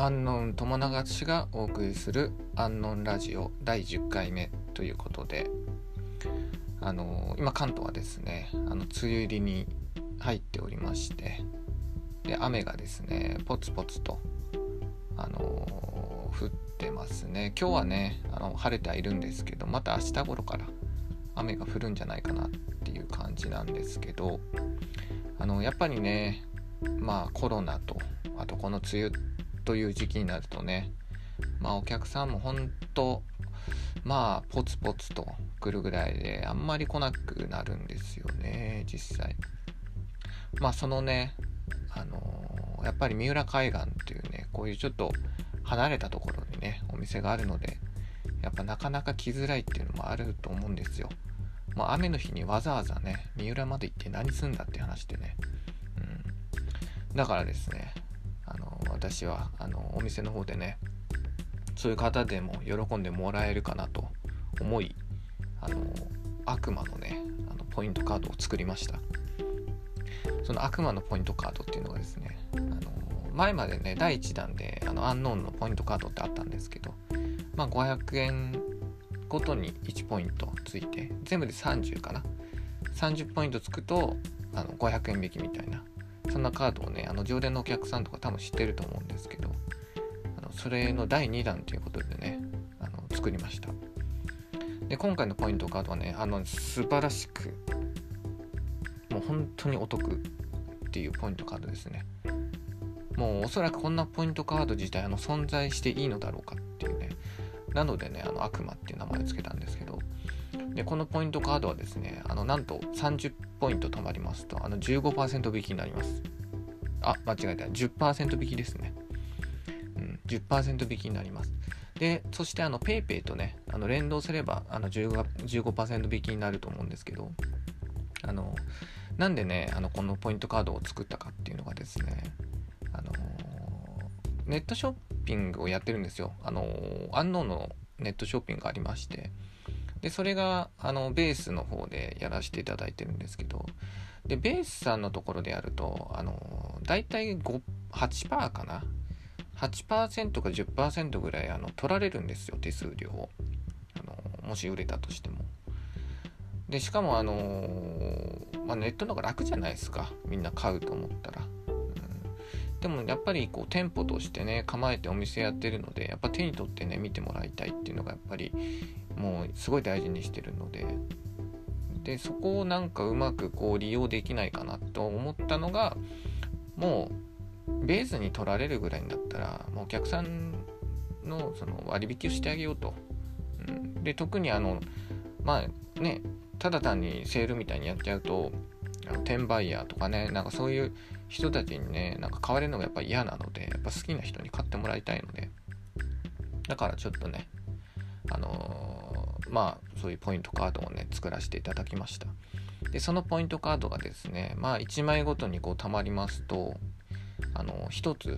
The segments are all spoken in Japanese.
アンノン友永氏がお送りするアンノンラジオ第10回目ということで、今関東はですね、梅雨入りに入っておりまして、で雨がですねポツポツと降ってますね。今日はね晴れてはいるんですけど、また明日頃から雨が降るんじゃないかなっていう感じなんですけど、やっぱりねコロナとあとこの梅雨という時期になるとね、お客さんもほんとポツポツと来るぐらいであんまり来なくなるんですよね、実際。そのねやっぱり三浦海岸っていうね、こういうちょっと離れたところにねお店があるので、やっぱなかなか来づらいっていうのもあると思うんですよ。雨の日にわざわざね三浦まで行って何すんだって話でね、だからですね私はお店の方でね、そういう方でも喜んでもらえるかなと思い、悪魔のねポイントカードを作りました。その悪魔のポイントカードっていうのがですね、前までね第1弾でアンノーンのポイントカードってあったんですけど、500円ごとに1ポイントついて全部で30かな、30ポイントつくと500円引きみたいな、そんなカードをね常連のお客さんとか多分知ってると思うんですけど、それの第2弾ということでね作りました。で今回のポイントカードはね素晴らしくもう本当にお得っていうポイントカードですね。もうおそらくこんなポイントカード自体存在していいのだろうかっていうね、なのでね悪魔っていう名前をつけたんですけど、でこのポイントカードはですねなんと30ポイント貯まりますと15% 引きになります。間違えた、10% 引きですね。10% 引きになります。でそしてペイペイとね連動すれば15% 引きになると思うんですけど、なんでねこのポイントカードを作ったかっていうのがですね、ネットショッピングをやってるんですよ。アンノーンのネットショッピングがありまして、でそれがベースの方でやらせていただいてるんですけど、でベースさんのところでやるとだいたい 8% かな、 8% か 10% ぐらい取られるんですよ、手数料をもし売れたとしても。でしかもネットの方が楽じゃないですか、みんな買うと思ったら。でもやっぱりこう店舗としてね構えてお店やってるので、やっぱ手に取ってね見てもらいたいっていうのがやっぱりもうすごい大事にしてるので、そこをなんかうまくこう利用できないかなと思ったのが、もうベースに取られるぐらいになったらもうお客さんのその割引をしてあげようと。で特にただ単にセールみたいにやっちゃうと転売ヤーとかね、なんかそういう人たちにね買われるのがやっぱ嫌なので、やっぱ好きな人に買ってもらいたいので、だからちょっとねそういうポイントカードをね作らせていただきました。でそのポイントカードがですね1枚ごとにこう貯まりますと1つ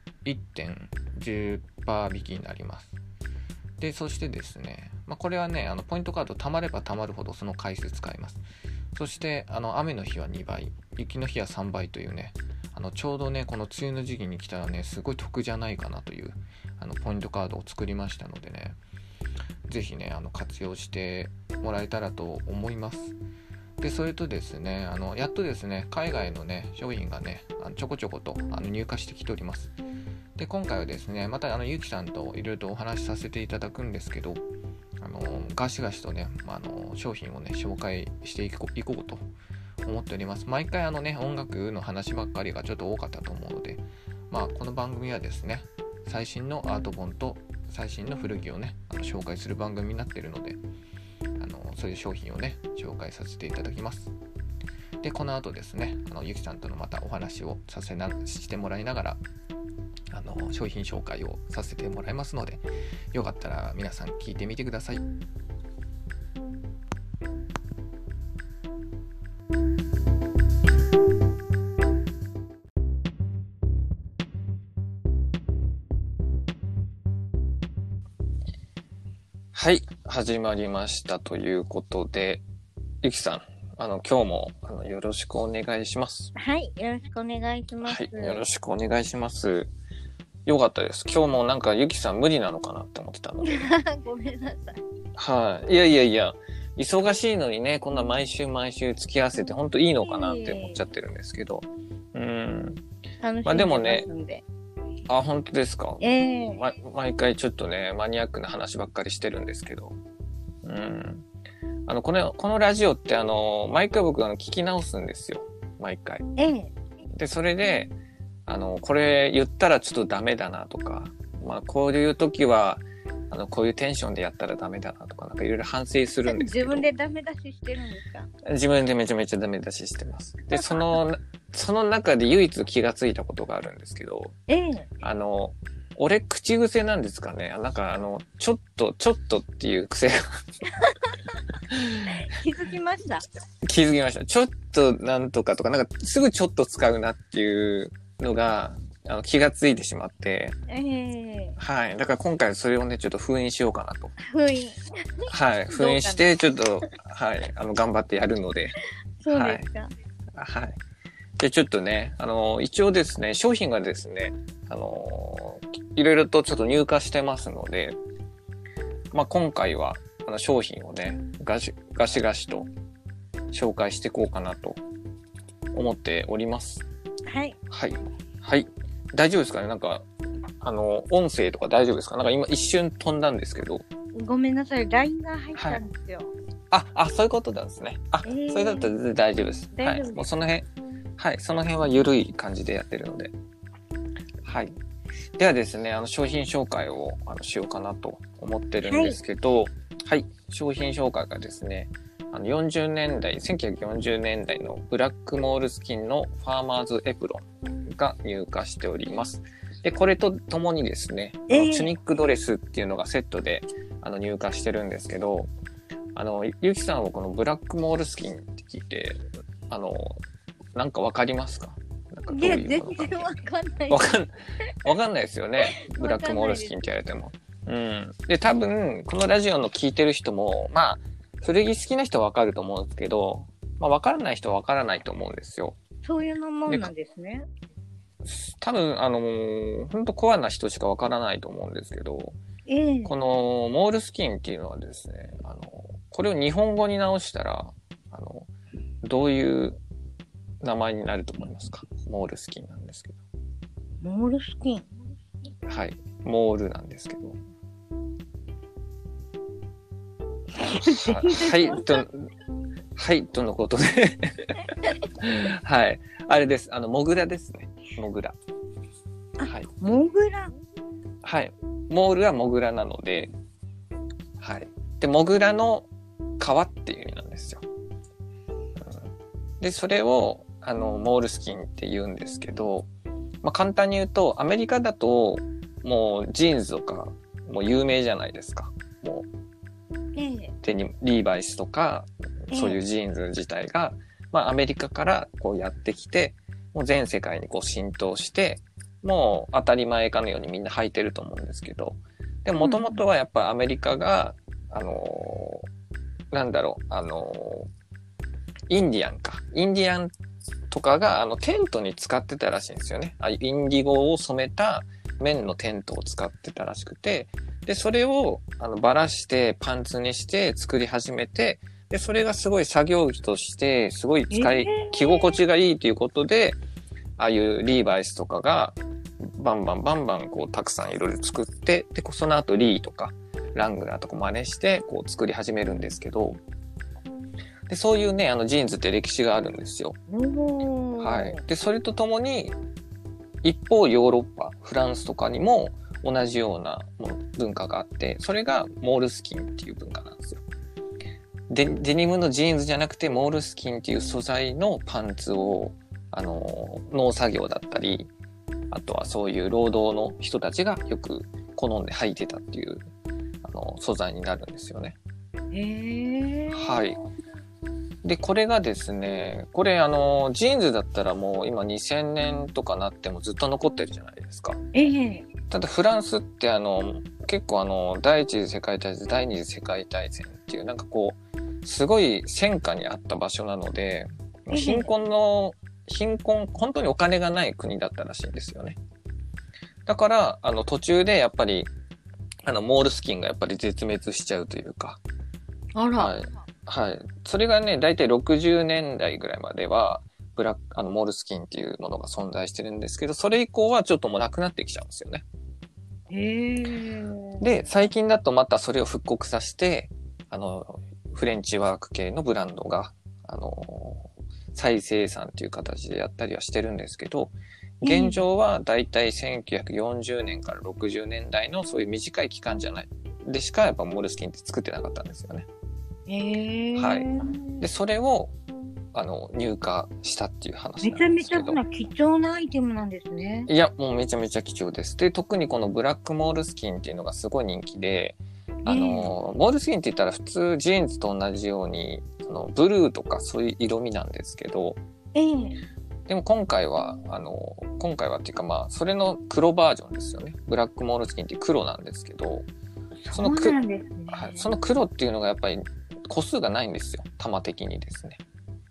1.10% 引きになります。でそしてですねこれはねポイントカード貯まれば貯まるほどその回数使います。そして雨の日は2倍、雪の日は3倍というねちょうどねこの梅雨の時期に来たらねすごい得じゃないかなというポイントカードを作りましたのでね、ぜひね活用してもらえたらと思います。でそれとですねやっとですね海外のね商品がねちょこちょこと入荷してきております。で今回はですねまたゆきさんといろいろとお話しさせていただくんですけど、ガシガシとね商品をね紹介していこうと思っております。毎回音楽の話ばっかりがちょっと多かったと思うので、この番組はですね最新のアート本と最新の古着をね紹介する番組になっているので、そういう商品をね紹介させていただきます。でこの後ですねゆきさんとのまたお話をしてもらいながら商品紹介をさせてもらいますので、よかったら皆さん聞いてみてください。はい、始まりましたということで、ゆきさん今日もよろしくお願いします。 はい、よろしくお願いします。 はい、よろしくお願いします。 よかったです。今日もなんかゆきさん無理なのかなって思ってたので。 ごめんなさい。 はい。いやいやいや、忙しいのにね、こんな毎週毎週付き合わせて本当いいのかなって思っちゃってるんですけど。 楽しんでまあでもねますんで。 あ、本当ですか。 ええ毎回ちょっとね、マニアックな話ばっかりしてるんですけど。このラジオって毎回僕聞き直すんですよ。毎回。 ええで、それで、これ言ったらちょっとダメだなとか、まあ、こういう時は、こういうテンションでやったらダメだなとか、なんかいろいろ反省するんですけど。 自分でダメ出ししてるんですか？ 自分でめちゃめちゃダメ出ししてます。で、その中で唯一気がついたことがあるんですけど、 ええ俺口癖なんですかね。なんかちょっとっていう癖が気づきました。 気づきました。ちょっとなんとかとか、なんかすぐちょっと使うなっていうのが、気がついてしまって。はい。だから今回それをね、ちょっと封印しようかなと。 封印。 はい。封印して、ちょっと、はい。頑張ってやるので。 そうですか。 はい。で、ちょっとね、一応ですね、商品がですね、いろいろとちょっと入荷してますので、まあ、今回は、商品をね、ガシガシと紹介していこうかなと思っております。 はい。 はい。はい。大丈夫ですかね？なんか、音声とか大丈夫ですか？なんか今一瞬飛んだんですけど。 ごめんなさい。LINE が入ったんですよ。 そういうことなんですね。それだったら全然大丈夫です。はい。もうその辺、はい。その辺は緩い感じでやってるので。はい。ではですね、商品紹介をしようかなと思ってるんですけど、はい。商品紹介がですね、1940年代のブラックモールスキンのファーマーズエプロンが入荷しております。で、これとともにですね、チュニックドレスっていうのがセットで入荷してるんですけど、ゆきさんはこのブラックモールスキンって聞いて、なんかわかりますか？なんかどういう全然わかんない。 わかんないですよね。ブラックモールスキンって言われても。で、多分、このラジオの聞いてる人も、まあ、古着好きな人はわかると思うんですけど、まあ、わからない人はわからないと思うんですよ。 そういうのもんなんですね。 多分、ほんとコアな人しかわからないと思うんですけど、このモールスキンっていうのはですね、これを日本語に直したら、どういう名前になると思いますか？モールスキンなんですけど。モールスキン？ はい。モールなんですけど。はい、とのことではい。あれです。モグラですね。モグラ。 はい。モグラ？ はい。モールはモグラなので、はい。で、モグラの皮っていう意味なんですよ。で、それを、モールスキンって言うんですけど、まあ、簡単に言うと、アメリカだと、もうジーンズとか、もう有名じゃないですか。もう、リーバイスとか、そういうジーンズ自体が、まあ、アメリカからこうやってきて、もう全世界にこう浸透して、もう当たり前かのようにみんな履いてると思うんですけど、でも元々はやっぱアメリカが、インディアンとかがテントに使ってたらしいんですよね。インディゴを染めた綿のテントを使ってたらしくて、で、それをばらしてパンツにして作り始めて、で、それがすごい作業着としてすごい着心地がいいということで、ああいうリーバイスとかがバンバンこうたくさんいろいろ作って、で、その後リーとかラングラーとか真似してこう作り始めるんですけど、で、そういうね、ジーンズって歴史があるんですよ。はい。で、それとともに、一方ヨーロッパ、フランスとかにも同じような文化があって、それがモールスキンっていう文化なんですよ。デニムのジーンズじゃなくて、モールスキンっていう素材のパンツを、農作業だったり、あとはそういう労働の人たちがよく好んで履いてたっていう、素材になるんですよね。はい。で、これがですね、これジーンズだったらもう今2000年とかなってもずっと残ってるじゃないですか。ただフランスって結構第一次世界大戦、第二次世界大戦っていうなんかこう、すごい戦火にあった場所なので、貧困、本当にお金がない国だったらしいんですよね。 だから途中でやっぱりモールスキンがやっぱり絶滅しちゃうというか。 あら。 はい。はい。それがね、だいたい60年代ぐらいまでは、モールスキンっていうものが存在してるんですけど、それ以降はちょっともうなくなってきちゃうんですよね。 へー。 で、最近だとまたそれを復刻させて、フレンチワーク系のブランドが、再生産っていう形でやったりはしてるんですけど、現状はだいたい1940年から60年代のそういう短い期間じゃないでしかやっぱモールスキンって作ってなかったんですよね。はい。で、それを入荷したっていう話なんですけど。 めちゃめちゃ貴重なアイテムなんですね。 いや、もうめちゃめちゃ貴重です。で、特にこのブラックモールスキンっていうのがすごい人気で、モールスキンって言ったら普通ジーンズと同じようにブルーとかそういう色味なんですけど、でも今回はっていうかまあそれの黒バージョンですよね。ブラックモールスキンって黒なんですけど、その黒っていうのがやっぱり個数がないんですよ。玉的にですね。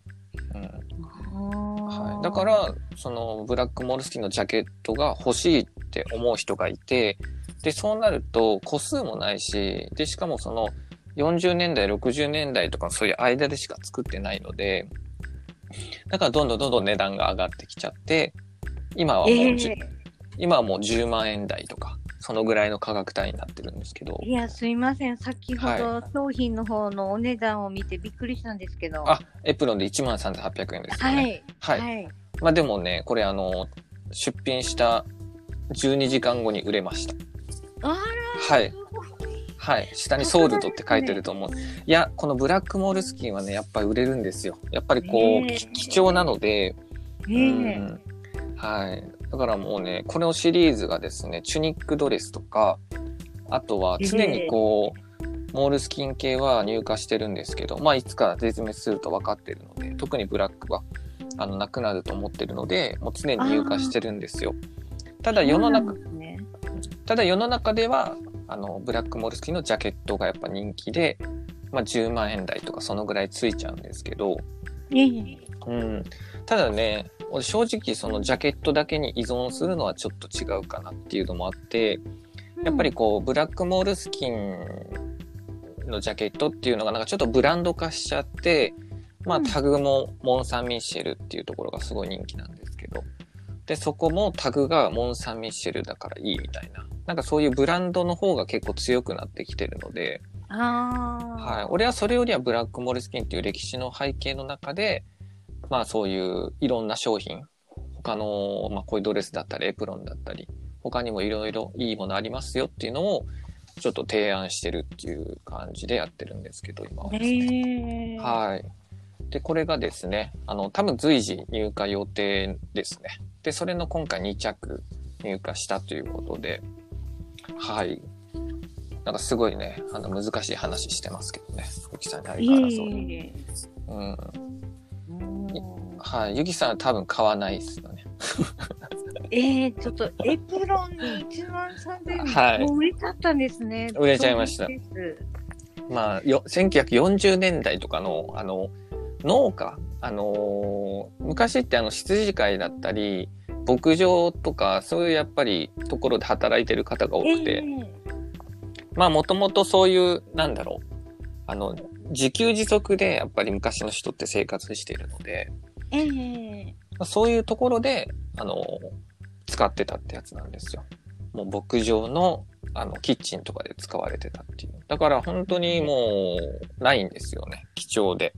はい、だからそのブラックモールスキンのジャケットが欲しいって思う人がいて、でそうなると個数もないし、でしかもその40年代60年代とかそういう間でしか作ってないので、だからどんどん値段が上がってきちゃって、今はもう10万円台とかそのぐらいの価格帯になってるんですけど。 いや、すいません、先ほど商品の方のお値段を見てびっくりしたんですけど、 エプロンで13,800円ですよね。はい。まあでもね、これ出品した12時間後に売れました。はい。はい。下にソールドって書いてると思う。いや、このブラックモールスキンはね、やっぱり売れるんですよ。やっぱり貴重なので、はい。だからもうね、このシリーズがですね、チュニックドレスとか、あとは常にモールスキン系は入荷してるんですけど、まあいつか絶滅すると分かってるので、特にブラックはなくなると思ってるので、もう常に入荷してるんですよ。ただ世の中ではブラックモールスキンのジャケットがやっぱ人気で、まあ、10万円台とかそのぐらいついちゃうんですけど、ただね、俺正直そのジャケットだけに依存するのはちょっと違うかなっていうのもあって、やっぱりブラックモールスキンのジャケットっていうのがなんかちょっとブランド化しちゃって、まあタグもモン・サン・ミッシェルっていうところがすごい人気なんですけど、でそこもタグがモン・サン・ミッシェルだからいいみたいな、なんかそういうブランドの方が結構強くなってきてるので、はい、俺はそれよりはブラックモールスキンっていう歴史の背景の中で、まあそういういろんな商品、他の、まあ、こういうドレスだったりエプロンだったり他にもいろいろいいものありますよっていうのをちょっと提案してるっていう感じでやってるんですけど、今はですね。はい。で、これがですね、多分随時入荷予定ですね。で、それの今回2着入荷したということで、はい。なんかすごいね、難しい話してますけどね。ゆきさんに相変わらず。はい。ゆきさんは多分買わないですよね。 ちょっとエプロンに1万3000円、もう売れちゃったんですね。 売れちゃいました。まあ、1940年代とかの、農家、昔って羊飼いだったり、牧場とか、そういうやっぱりところで働いてる方が多くて、まあ、もともとそういう、なんだろう、自給自足でやっぱり昔の人って生活しているので、そういうところで、使ってたってやつなんですよ。もう牧場のキッチンとかで使われてたっていう。だから本当にもうないんですよね。貴重で。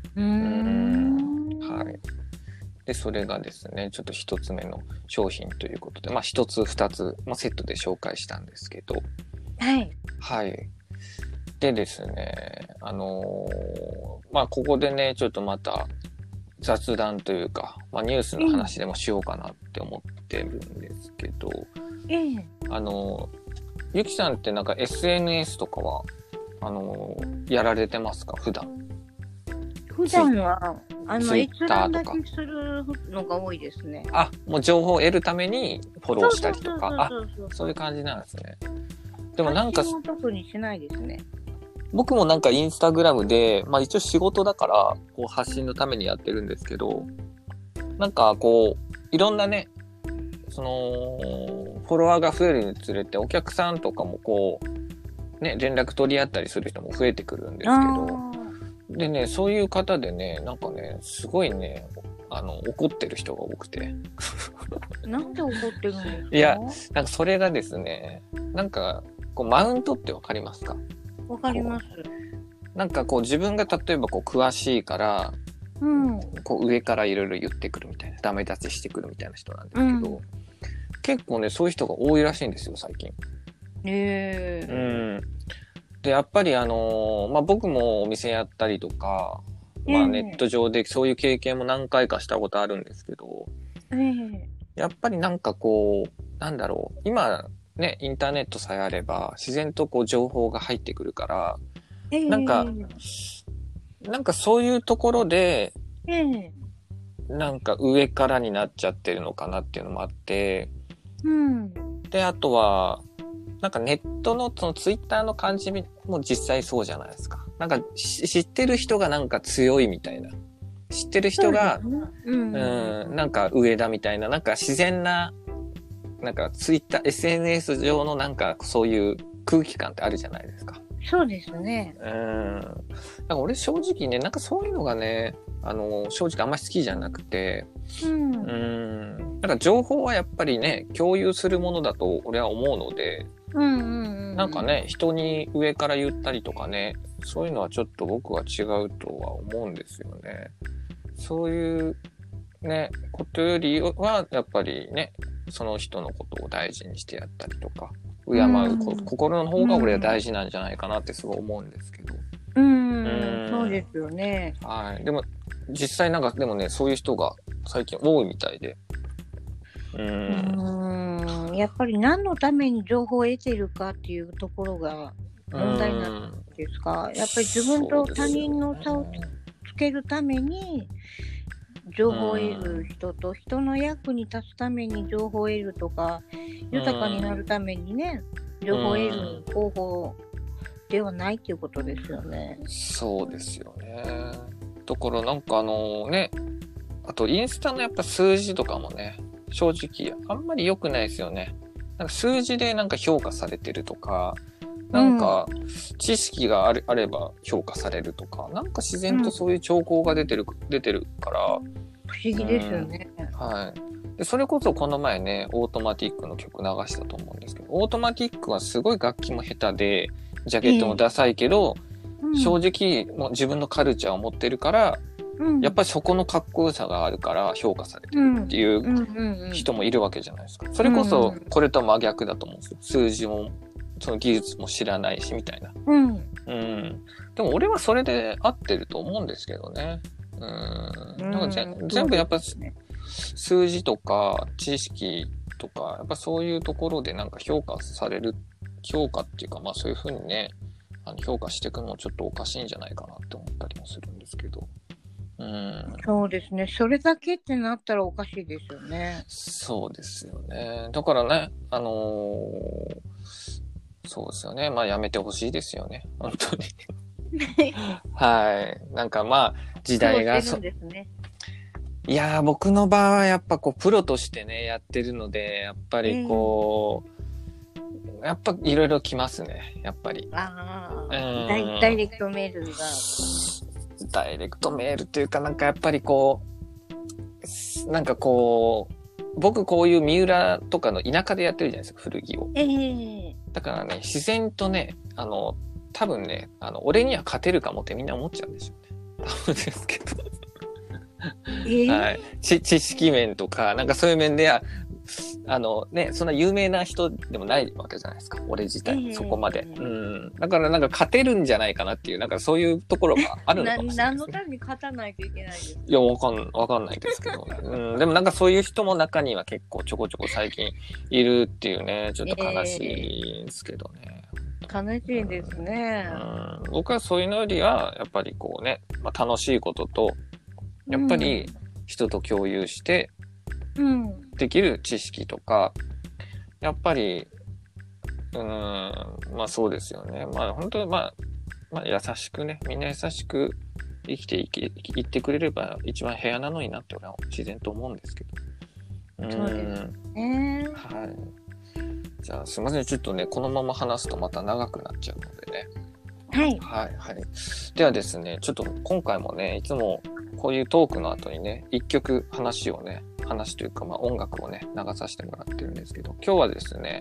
はい。で、それがですね、ちょっと一つ目の商品ということで、まあ一つ二つ、まあ、セットで紹介したんですけど。 はい。 はい。でですね、まあここでね、ちょっとまた雑談というか、まあ、ニュースの話でもしようかなって思ってるんですけど、ゆきさんってなんか SNS とかはやられてますか？普段は閲覧だけするのが多いですね。 もう情報を得るためにフォローしたりとか、そういう感じなんですね。でもなんか特にしないですね。 僕もなんかインスタグラムで、まあ一応仕事だからこう発信のためにやってるんですけど、なんかこういろんなね、そのフォロワーが増えるにつれてお客さんとかもこうね連絡取り合ったりする人も増えてくるんですけど、でねそういう方でねなんかねすごいね怒ってる人が多くてなんで怒ってるんですか？ いやなんかそれがですねなんかこうマウントってわかりますか？ わかります。 なんかこう自分が例えばこう詳しいから、こう上からいろいろ言ってくるみたいなダメ出ししてくるみたいな人なんですけど、結構ねそういう人が多いらしいんですよ最近。でやっぱり僕もお店やったりとか、ネット上でそういう経験も何回かしたことあるんですけど、やっぱりなんかこうなんだろう今ねインターネットさえあれば自然とこう情報が入ってくるから、なんかそういうところで、なんか上からになっちゃってるのかなっていうのもあって、であとはなんかネットのそのツイッターの感じも実際そうじゃないですか。なんか知ってる人がなんか強いみたいな。知ってる人が、なんか上だみたいな、なんか自然な、なんかツイッター、SNS 上のなんかそういう空気感ってあるじゃないですか。 そうですね。 なんか俺正直ね、なんかそういうのがね、正直あんまり好きじゃなくて、なんか情報はやっぱりね、共有するものだと俺は思うので、なんかね、人に上から言ったりとかね、そういうのはちょっと僕は違うとは思うんですよね。そういうね、ことよりは、やっぱりね、その人のことを大事にしてやったりとか、敬う心の方が俺は大事なんじゃないかなってすごい思うんですけど。 そうですよね。 はい。でも、実際なんか、でもね、そういう人が最近多いみたいで。 やっぱり何のために情報を得ているかっていうところが問題なんですか？やっぱり自分と他人の差をつけるために情報を得る人と人の役に立つために情報を得るとか、豊かになるためにね、情報を得る方法ではないっていうことですよね。 そうですよね。だからなんかね、あとインスタのやっぱ数字とかもね、正直あんまり良くないですよね。なんか数字でなんか評価されてるとか、なんか知識があれば評価されるとか、なんか自然とそういう兆候が出てるから、 不思議ですよね。 はい。でそれこそこの前ね、オートマティックの曲流したと思うんですけど、オートマティックはすごい楽器も下手で、ジャケットもダサいけど、正直もう自分のカルチャーを持ってるから、やっぱりそこのかっこよさがあるから評価されてるっていう人もいるわけじゃないですか。それこそこれと真逆だと思うんですよ。数字もその技術も知らないしみたいな。でも俺はそれで合ってると思うんですけどね。なんか全部やっぱ数字とか知識とかやっぱそういうところでなんか評価っていうかまあそういうふうにね評価していくのもちょっとおかしいんじゃないかなって思ったりもするんですけど。 そうですね。それだけってなったらおかしいですよね。 そうですよね。だからね、そうですよね。まあやめてほしいですよね。本当に。はい。なんかまあ時代がそうですね。 いやー僕の場合はやっぱこうプロとしてねやってるのでやっぱりこう、やっぱいろいろ来ますね。やっぱり。 ダイレクトメールが。 ダイレクトメールっていうかなんかやっぱりこうなんかこう僕こういう三浦とかの田舎でやってるじゃないですか古着を、だからね自然とね多分ね俺には勝てるかもってみんな思っちゃうんですよね多分ですけどはい、知識面とかなんかそういう面でね、そんな有名な人でもないわけじゃないですか俺自体、そこまで、だからなんか勝てるんじゃないかなっていうなんかそういうところがあるのかもしれないです、ね、 何のために勝たないといけないですか？ いやわかんないですけど、でもなんかそういう人も中には結構ちょこちょこ最近いるっていうねちょっと悲しいんですけどね、 悲しいですね、 僕はそういうのよりはやっぱりこうね、楽しいこととやっぱり人と共有してできる知識とかやっぱりそうですよね。本当に優しくねみんな優しく生きていってくれれば一番平和なのになって俺は自然と思うんですけど。 そうですね。 はい。 じゃあすいません、ちょっとねこのまま話すとまた長くなっちゃうのでね。 はいはいはい。ではですね、ちょっと今回もね、いつもこういうトークの後にね、一曲話というか、まあ音楽をね、流させてもらってるんですけど、今日はですね、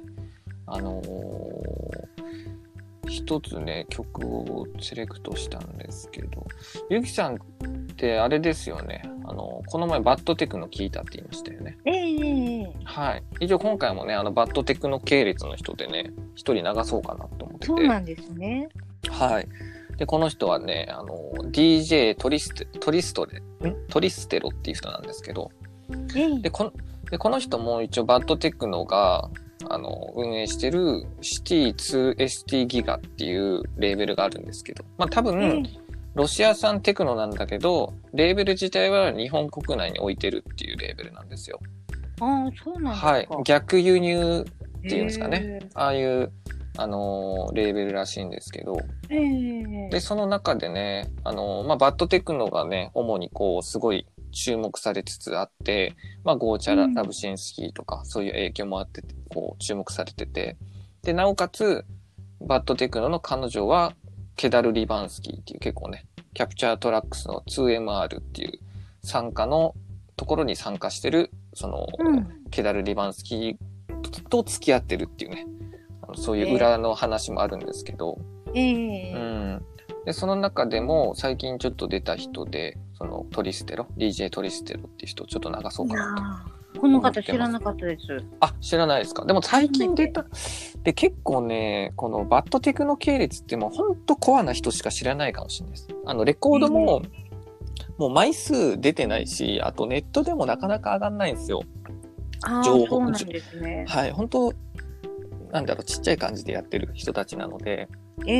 一つね、曲をセレクトしたんですけど、ゆきさんってあれですよね、この前バッドテクノ聞いたって言いましたよね。はい。一応今回もね、バッドテクノ系列の人でね、一人流そうかなと思ってて。 そうなんですね。 はい。で、この人はね、DJ トリステロっていう人なんですけど、で、この人も一応バッドテクノが、運営してるシティ 2ST ギガっていうレーベルがあるんですけど、まあ多分、ロシア産テクノなんだけど、レーベル自体は日本国内に置いてるっていうレーベルなんですよ。 ああ、そうなんですか。 はい。逆輸入っていうんですかね。ああいう、レーベルらしいんですけど。で、その中でね、まあ、バッドテクノがね、主にこう、すごい注目されつつあって、まあ、ゴーチャラ、ラブシンスキーとか、そういう影響もあって、こう、注目されてて。で、なおかつ、バッドテクノの彼女は、ケダル・リバンスキーっていう結構ね、キャプチャートラックスの 2MR っていう参加のところに参加してる、その、ケダル・リバンスキーと付き合ってるっていうね、そういう裏の話もあるんですけど、で、その中でも最近ちょっと出た人で、そのDJ トリステロっていう人をちょっと流そうかなと。 この方知らなかったです。 あ、知らないですか。でも最近出た。で、結構ね、このバッドテクノ系列ってもうほんとコアな人しか知らないかもしれないです。レコードも、もう枚数出てないし、あとネットでもなかなか上がんないんですよ。 情報。そうなんですね。 はい、本当なんだろう、ちっちゃい感じでやってる人たちなので。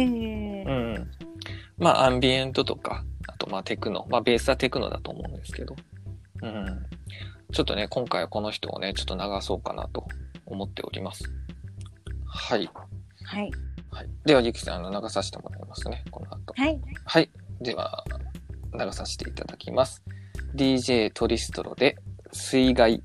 まあ、アンビエントとか、あとまあテクノ、まあベースはテクノだと思うんですけど。ちょっとね、今回はこの人をね、ちょっと流そうかなと思っております。はい。 はい。 はい。では、ゆきさん、流させてもらいますね、この後。 はい。 はい。では、流させていただきます。DJ トリストロで、水害。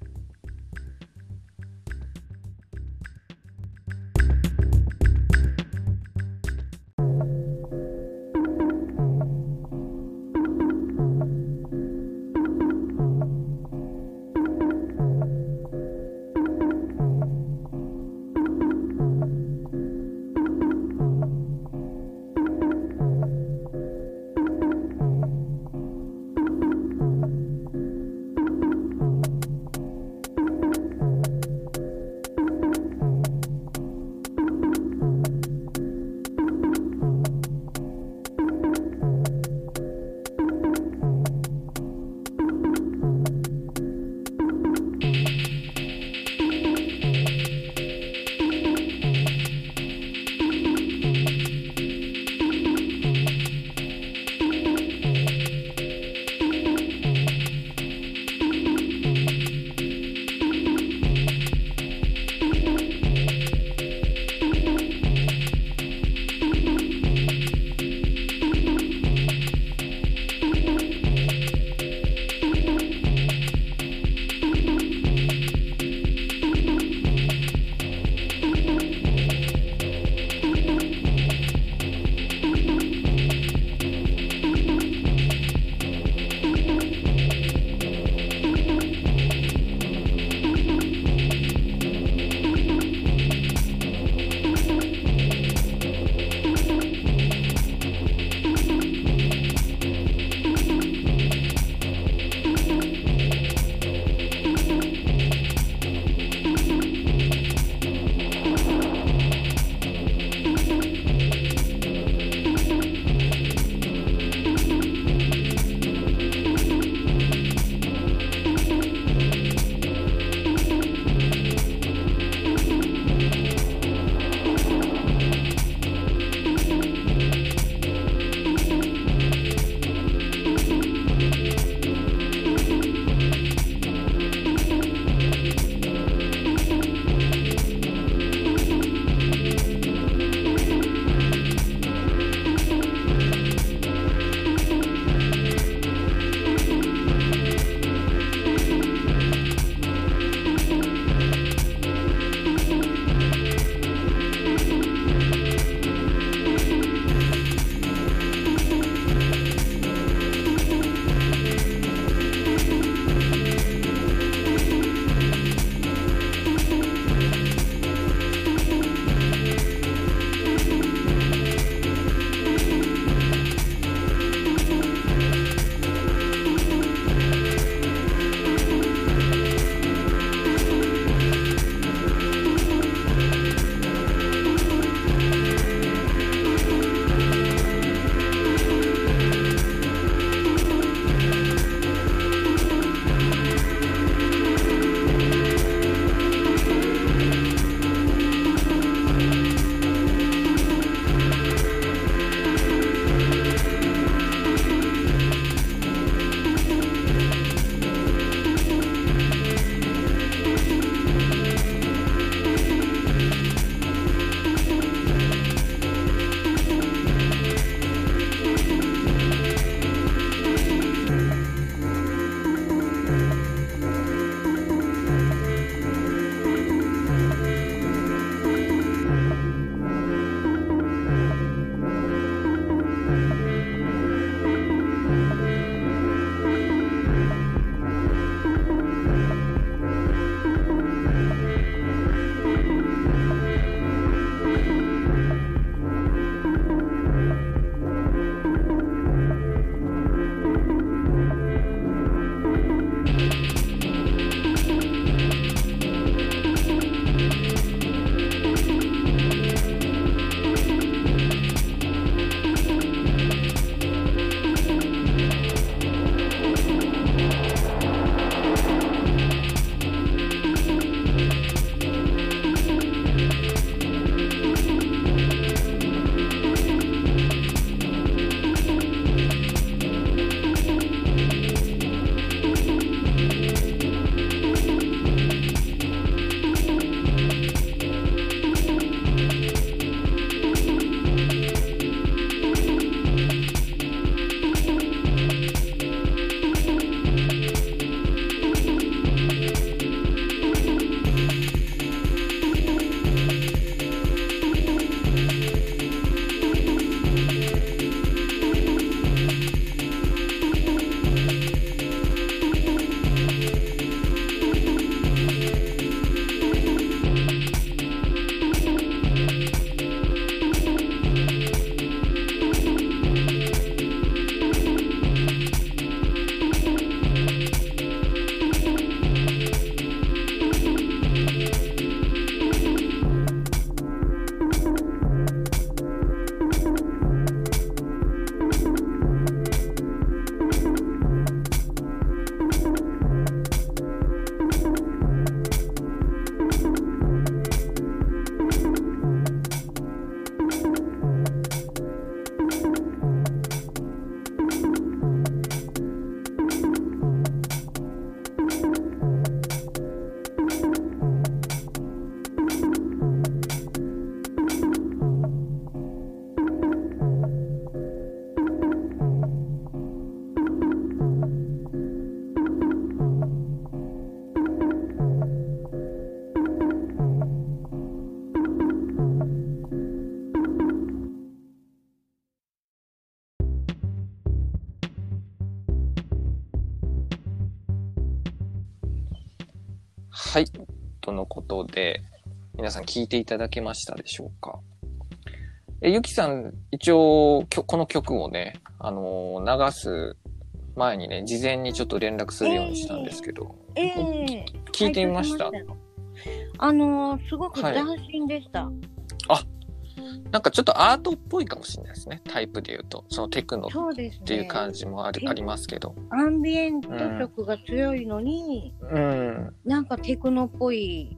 はい。とのことで、皆さん聞いていただけましたでしょうか。ゆきさん、一応、この曲をね、流す前にね、事前にちょっと連絡するようにしたんですけど、聞いてみました？ すごく斬新でした。 なんかちょっとアートっぽいかもしれないですね。タイプで言うと。そのテクノっていう感じもありますけど。 アンビエント色が強いのに、なんかテクノっぽい。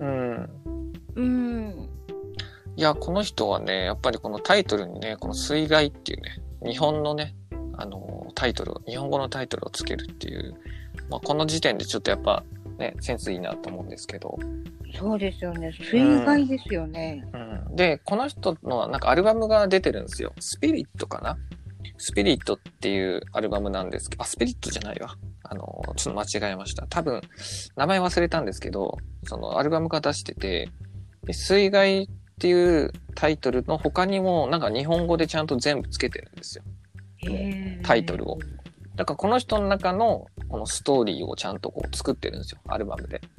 いや、この人はね、やっぱりこのタイトルにね、この水害っていうね、日本のね、日本語のタイトルをつけるっていう、この時点でちょっとやっぱね、センスいいなと思うんですけど。 そうですよね。水害ですよね。 で、この人のなんかアルバムが出てるんですよ。スピリットかな？スピリットっていうアルバムなんですけど、スピリットじゃないわ。ちょっと間違えました。多分、名前忘れたんですけど、そのアルバムが出してて、水害っていうタイトルの他にも、なんか日本語でちゃんと全部つけてるんですよ。タイトルを。だからこの人の中のこのストーリーをちゃんとこう作ってるんですよ。アルバムで。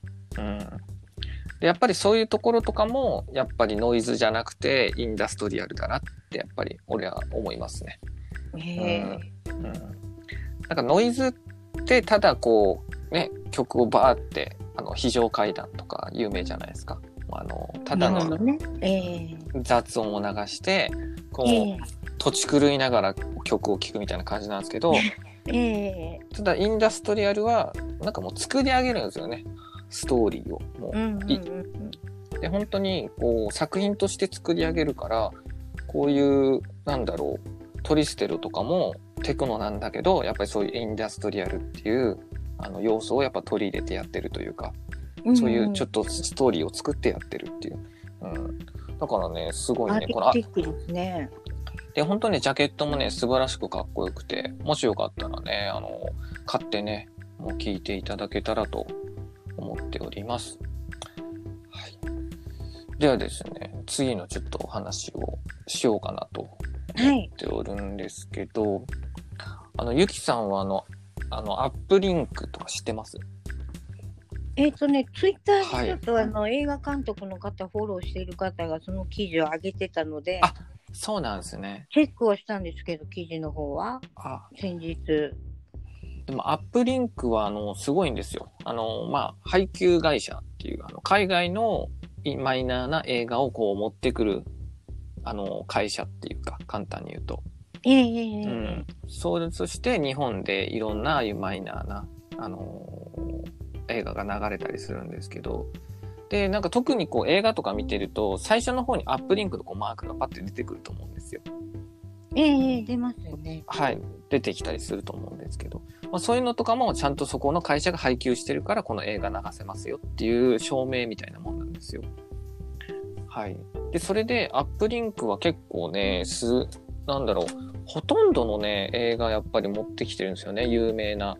でやっぱりそういうところとかもやっぱりノイズじゃなくてインダストリアルだなってやっぱり俺は思いますね。なんかノイズってただこうね曲をバーって非常階段とか有名じゃないですか。ただの雑音を流してこう土地狂いながら曲を聴くみたいな感じなんですけど、ただインダストリアルはなんかもう作り上げるんですよね。ストーリーをもう、で本当にこう作品として作り上げるからこういうなんだろうトリステルとかもテクノなんだけどやっぱりそういうインダストリアルっていう要素をやっぱ取り入れてやってるというか、そういうちょっとストーリーを作ってやってるっていう、だからねすごいねこのアーティスティックですね。 で本当にジャケットもね素晴らしくかっこよくて、もしよかったらね買ってねもう聴いていただけたらと思っております。はい。ではですね、次のちょっとお話をしようかなと思っておるんですけど、ゆきさんはアップリンクとか知ってます？ ツイッターでちょっと、映画監督の方フォローしている方がその記事を上げてたので、 そうなんですね。 チェックをしたんですけど、記事の方は先日。 でもアップリンクはすごいんですよ。配給会社っていう海外のマイナーな映画をこう持ってくる会社っていうか簡単に言うと、そして日本でいろんなああいうマイナーな映画が流れたりするんですけど、でなんか特にこう映画とか見てると最初の方にアップリンクのこうマークがパッて出てくると思うんですよ。 出ますよね。 はい、出てきたりすると思うんですけど、そういうのとかもちゃんとそこの会社が配給してるからこの映画流せますよっていう証明みたいなもんなんですよ。はい。で、それでアップリンクは結構ね、なんだろう、ほとんどのね、映画やっぱり持ってきてるんですよね。有名な、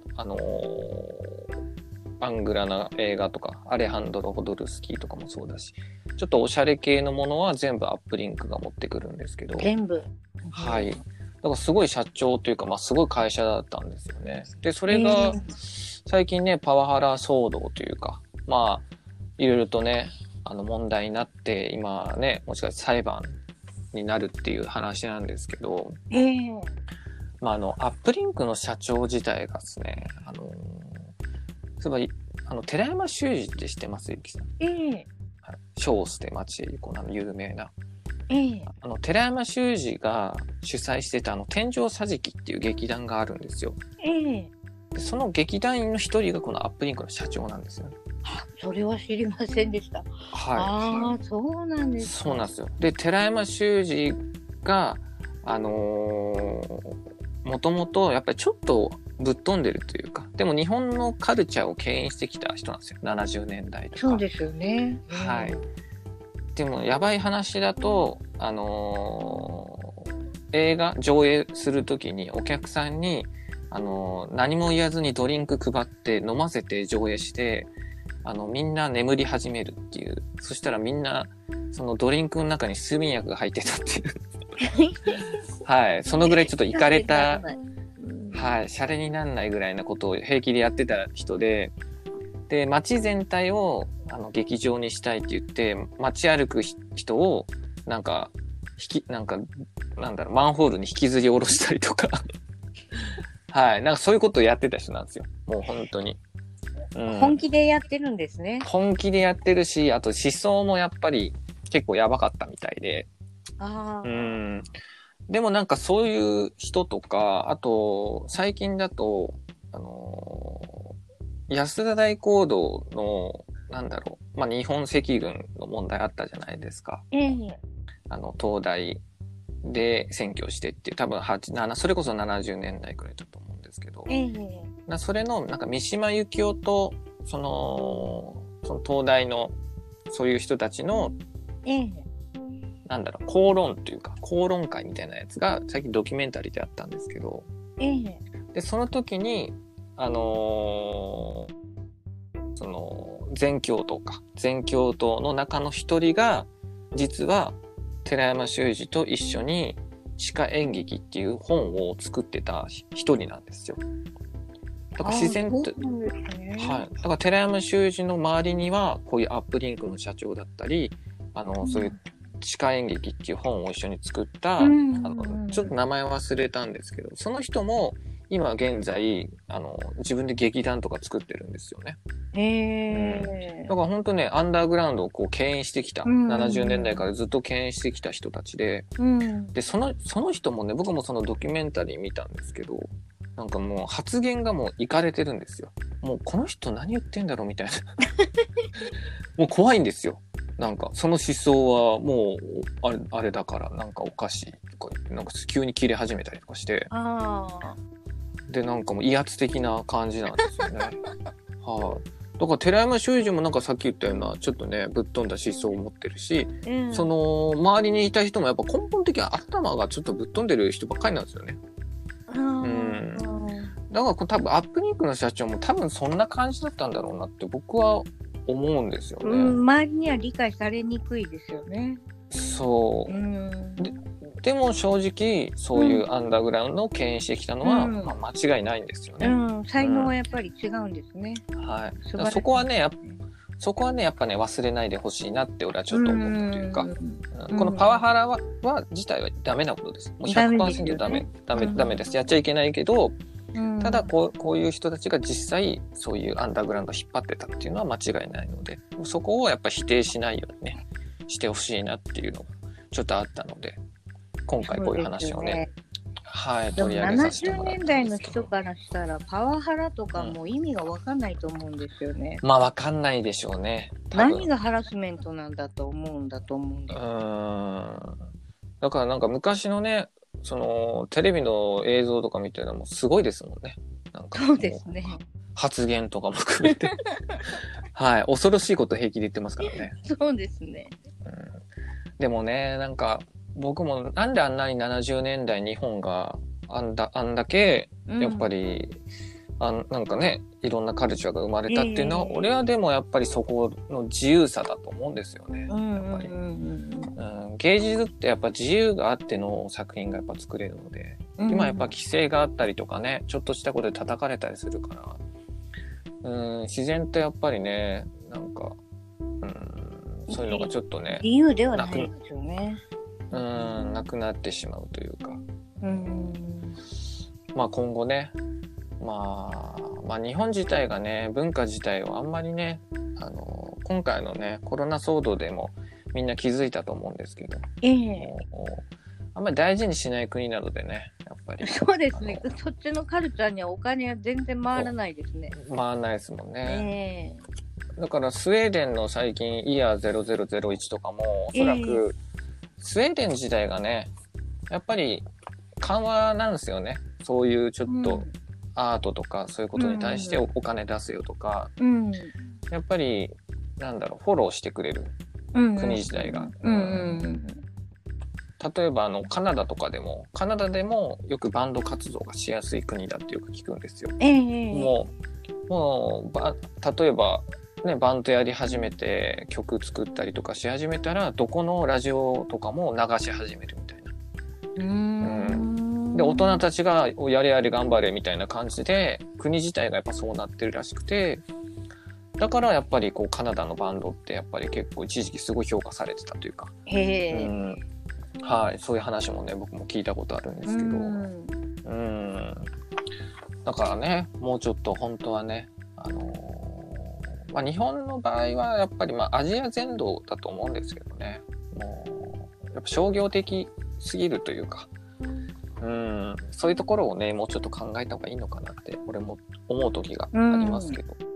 アングラな映画とか、アレハンドロ・ホドルスキーとかもそうだし、ちょっとおしゃれ系のものは全部アップリンクが持ってくるんですけど。 全部。 はい。だからすごい社長というか、すごい会社だったんですよね。で、それが最近ね、パワハラ騒動というか、いろいろとね、問題になって、今ね、もしかして裁判になるっていう話なんですけど、アップリンクの社長自体がですね、そういえば、寺山修司って知ってます？ゆきさん。ショースで町へ行こう有名な。寺山修司が主催してた天井桟敷っていう劇団があるんですよ。でその劇団員の一人がこのアップリンクの社長なんですよね。 それは知りませんでした。そうなんですか。 そうなんですよ。で寺山修司がもともとやっぱりちょっとぶっ飛んでるというか、でも日本のカルチャーを牽引してきた人なんですよ。70年代とか。 そうですよね。 はい。でもやばい話だと映画上映するときにお客さんに何も言わずにドリンク配って飲ませて上映してみんな眠り始めるっていう。そしたらみんなそのドリンクの中に睡眠薬が入ってたっていうはい、そのぐらいちょっとイカれたはい、シャレになんないぐらいなことを平気でやってた人で、 で街全体を劇場にしたいって言って街歩く人をなんかなんだろう、マンホールに引きずり下ろしたりとかはい、なんかそういうことをやってた人なんですよ、もう本当に。 本気でやってるんですね。 本気でやってるし、あと思想もやっぱり結構やばかったみたいで。でもなんかそういう人とか、あと最近だと安田大講堂のなんだろう、日本赤軍の問題あったじゃないですか。東大で選挙してっていう多分それこそ70年代くらいだと思うんですけど、それのなんか三島由紀夫とその東大のそういう人たちの、なんだろう、口論会みたいなやつが最近ドキュメンタリーであったんですけど、でその時にその全教頭の中の一人が実は寺山修司と一緒に地下演劇っていう本を作ってた一人なんですよ。だから自然と、はい。だから寺山修司の周りにはこういうアップリンクの社長だったり、そういう地下演劇っていう本を一緒に作った、ちょっと名前忘れたんですけど、その人も今現在自分で劇団とか作ってるんですよね。だから本当ね、アンダーグラウンドをこう牽引してきた、70年代からずっと牽引してきた人たちで、でその人もね、僕もそのドキュメンタリー見たんですけど、なんかもう発言がもういかれてるんですよ。もうこの人何言ってんだろうみたいなもう怖いんですよ。なんかその思想はもうあれだからなんかおかしいとか言って、なんか急に切れ始めたりとかして、でなんかもう威圧的な感じなんですよね。はい、だから寺山修司もなんかさっき言ったようなちょっとねぶっ飛んだ思想を持ってるし、その周りにいた人もやっぱ根本的には頭がちょっとぶっ飛んでる人ばっかりなんですよね。だから多分アップリンクの社長も多分そんな感じだったんだろうなって僕は思うんですよね。 周りには理解されにくいですよね。 そう。でも正直そういうアンダーグラウンドを牽引してきたのは、間違いないんですよね。 才能はやっぱり違うんですね。 はい。そこはねやっぱね忘れないでほしいなって俺はちょっと思ったというか、このパワハラは自体はダメなことです。もう 100% ダメです。やっちゃいけないけど、ただこういう人たちが実際そういうアンダーグラウンドを引っ張ってたっていうのは間違いないので、そこをやっぱ否定しないようにねしてほしいなっていうのがちょっとあったので、今回こういう話をね、はい、取り上げさせてもらったんですけど。70年代の人からしたらパワハラとかも意味が分かんないと思うんですよね。 分かんないでしょうね。 何がハラスメントなんだと思うんです。 だからなんか昔のね、そのテレビの映像とか見てるのもすごいですもんね。なんかそうですね。 発言とかも含めてはい、恐ろしいこと平気で言ってますからね。 そうですね。 でもね、なんか僕もなんであんなに70年代日本があんだけやっぱり、なんかねいろんなカルチャーが生まれたっていうのは、俺はでもやっぱりそこの自由さだと思うんですよね。やっぱり、芸術ってやっぱ自由があっての作品がやっぱ作れるので、今やっぱ規制があったりとかね、ちょっとしたことで叩かれたりするから、自然とやっぱりねなんか、そういうのがちょっとね自由ではないですよね。 なくなってしまうというか、今後ね、日本自体がね文化自体をあんまりね今回のねコロナ騒動でもみんな気づいたと思うんですけど、あんまり大事にしない国なのでね、やっぱりそうですね。そっちのカルチャーにはお金は全然回らないですね。 回らないですもんね。だからスウェーデンの最近イヤー0001とかもおそらく、スウェーデン自体がねやっぱり緩和なんですよね。そういうちょっとアートとかそういうことに対してお金出せよとか、やっぱりなんだろう、フォローしてくれる国自体が、例えばカナダでもよくバンド活動がしやすい国だってよく聞くんですよ。もう例えばね、バンドやり始めて曲作ったりとかし始めたらどこのラジオとかも流し始めるみたいな。で大人たちがやれやれ頑張れみたいな感じで国自体がやっぱそうなってるらしくて、 だからやっぱりこうカナダのバンドってやっぱり結構一時期すごい評価されてたというか、 へえ。 はい、そういう話もね僕も聞いたことあるんですけど、だからねもうちょっと本当はねまあ、日本の場合はやっぱりまあアジア全土だと思うんですけどね、もうやっぱ商業的すぎるというか、そういうところをねもうちょっと考えた方がいいのかなって俺も思う時がありますけど、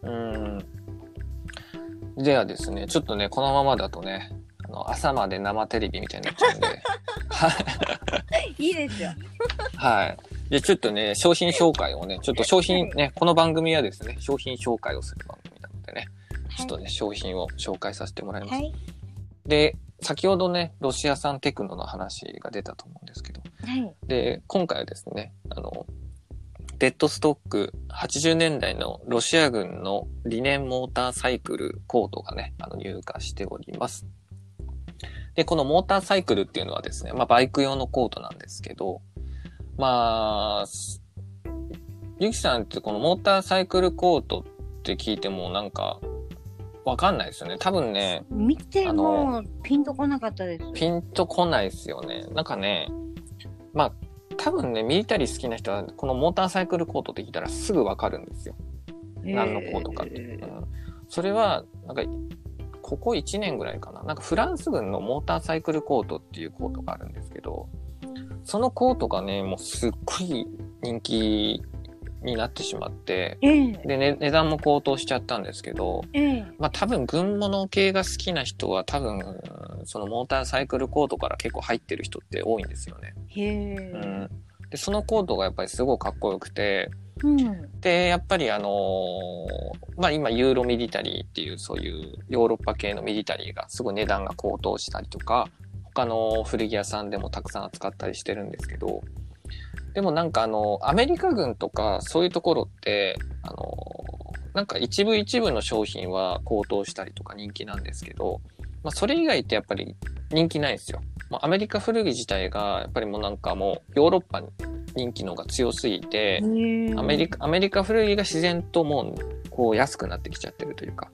ではですねちょっとねこのままだとね朝まで生テレビみたいになっちゃうんでいいですよ。 はい。で、ちょっとね、商品紹介をね、ちょっと商品ね、この番組はですね、商品紹介をする番組なのでね、ちょっとね、商品を紹介させてもらいます。はい、で、先ほどね、ロシア産テクノの話が出たと思うんですけど、はい、で、今回はですね、デッドストック80年代のロシア軍のリネンモーターサイクルコートがね、入荷しております。で、このモーターサイクルっていうのはですね、まあ、バイク用のコートなんですけど、まあ、ゆきさんってこのモーターサイクルコートって聞いてもなんかわかんないですよね。多分ね。 見てもピンとこなかったです。 ピンとこないですよね。なんかね、まあ多分ね、ミリタリー好きな人はこのモーターサイクルコートって聞いたらすぐわかるんですよ。何のコートかって。それは、なんか、ここ1年ぐらいかな。なんかフランス軍のモーターサイクルコートっていうコートがあるんですけど、そのコートがね、もうすっごい人気になってしまって、で、ね、値段も高騰しちゃったんですけど、まあ多分軍物系が好きな人は多分、そのモーターサイクルコートから結構入ってる人って多いんですよね。で、そのコートがやっぱりすごいかっこよくて、で、やっぱりまあ今ユーロミリタリーっていうそういうヨーロッパ系のミリタリーがすごい値段が高騰したりとか、他の古着屋さんでもたくさん扱ったりしてるんですけど、でもなんかアメリカ軍とかそういうところってなんか一部一部の商品は高騰したりとか人気なんですけど、まあそれ以外ってやっぱり人気ないんですよ。まあアメリカ古着自体がやっぱりもうなんかもうヨーロッパに人気のが強すぎて、アメリカ古着が自然ともうこう安くなってきちゃってるというか。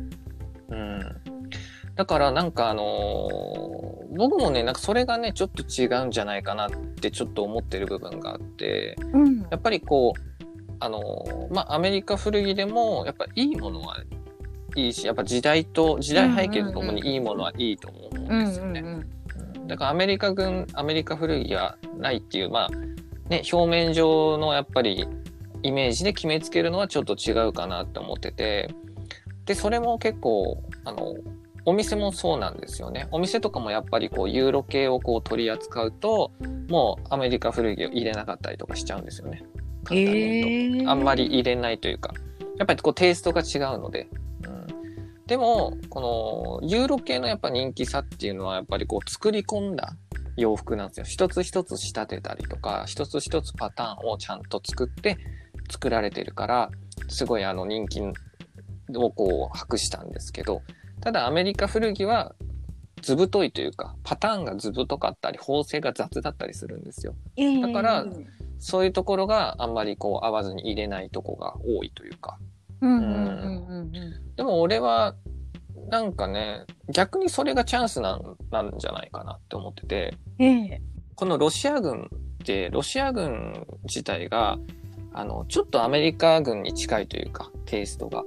だからなんか僕もね、なんかそれがね、ちょっと違うんじゃないかなってちょっと思ってる部分があって、やっぱりこう、まあ、アメリカ古着でも、やっぱいいものはいいし、やっぱ時代背景とともにいいものはいいと思うんですよね。だからアメリカ古着がないっていう、まあ、ね、表面上のやっぱりイメージで決めつけるのはちょっと違うかなって思ってて、で、それも結構、お店もそうなんですよね。お店とかもやっぱりこうユーロ系をこう取り扱うと、もうアメリカ古着を入れなかったりとかしちゃうんですよね。簡単に言うと。あんまり入れないというか。やっぱりこうテイストが違うので。でも、このユーロ系のやっぱ人気さっていうのはやっぱりこう作り込んだ洋服なんですよ。一つ一つ仕立てたりとか、一つ一つパターンをちゃんと作って作られてるから、すごい人気をこう博したんですけど、ただアメリカ古着は図太いというか、パターンが図太かったり、縫製が雑だったりするんですよ。だから、そういうところがあんまりこう合わずに入れないとこが多いというか。でも俺は、なんかね、逆にそれがチャンスなんじゃないかなって思ってて、このロシア軍自体が、ちょっとアメリカ軍に近いというか、テイストが。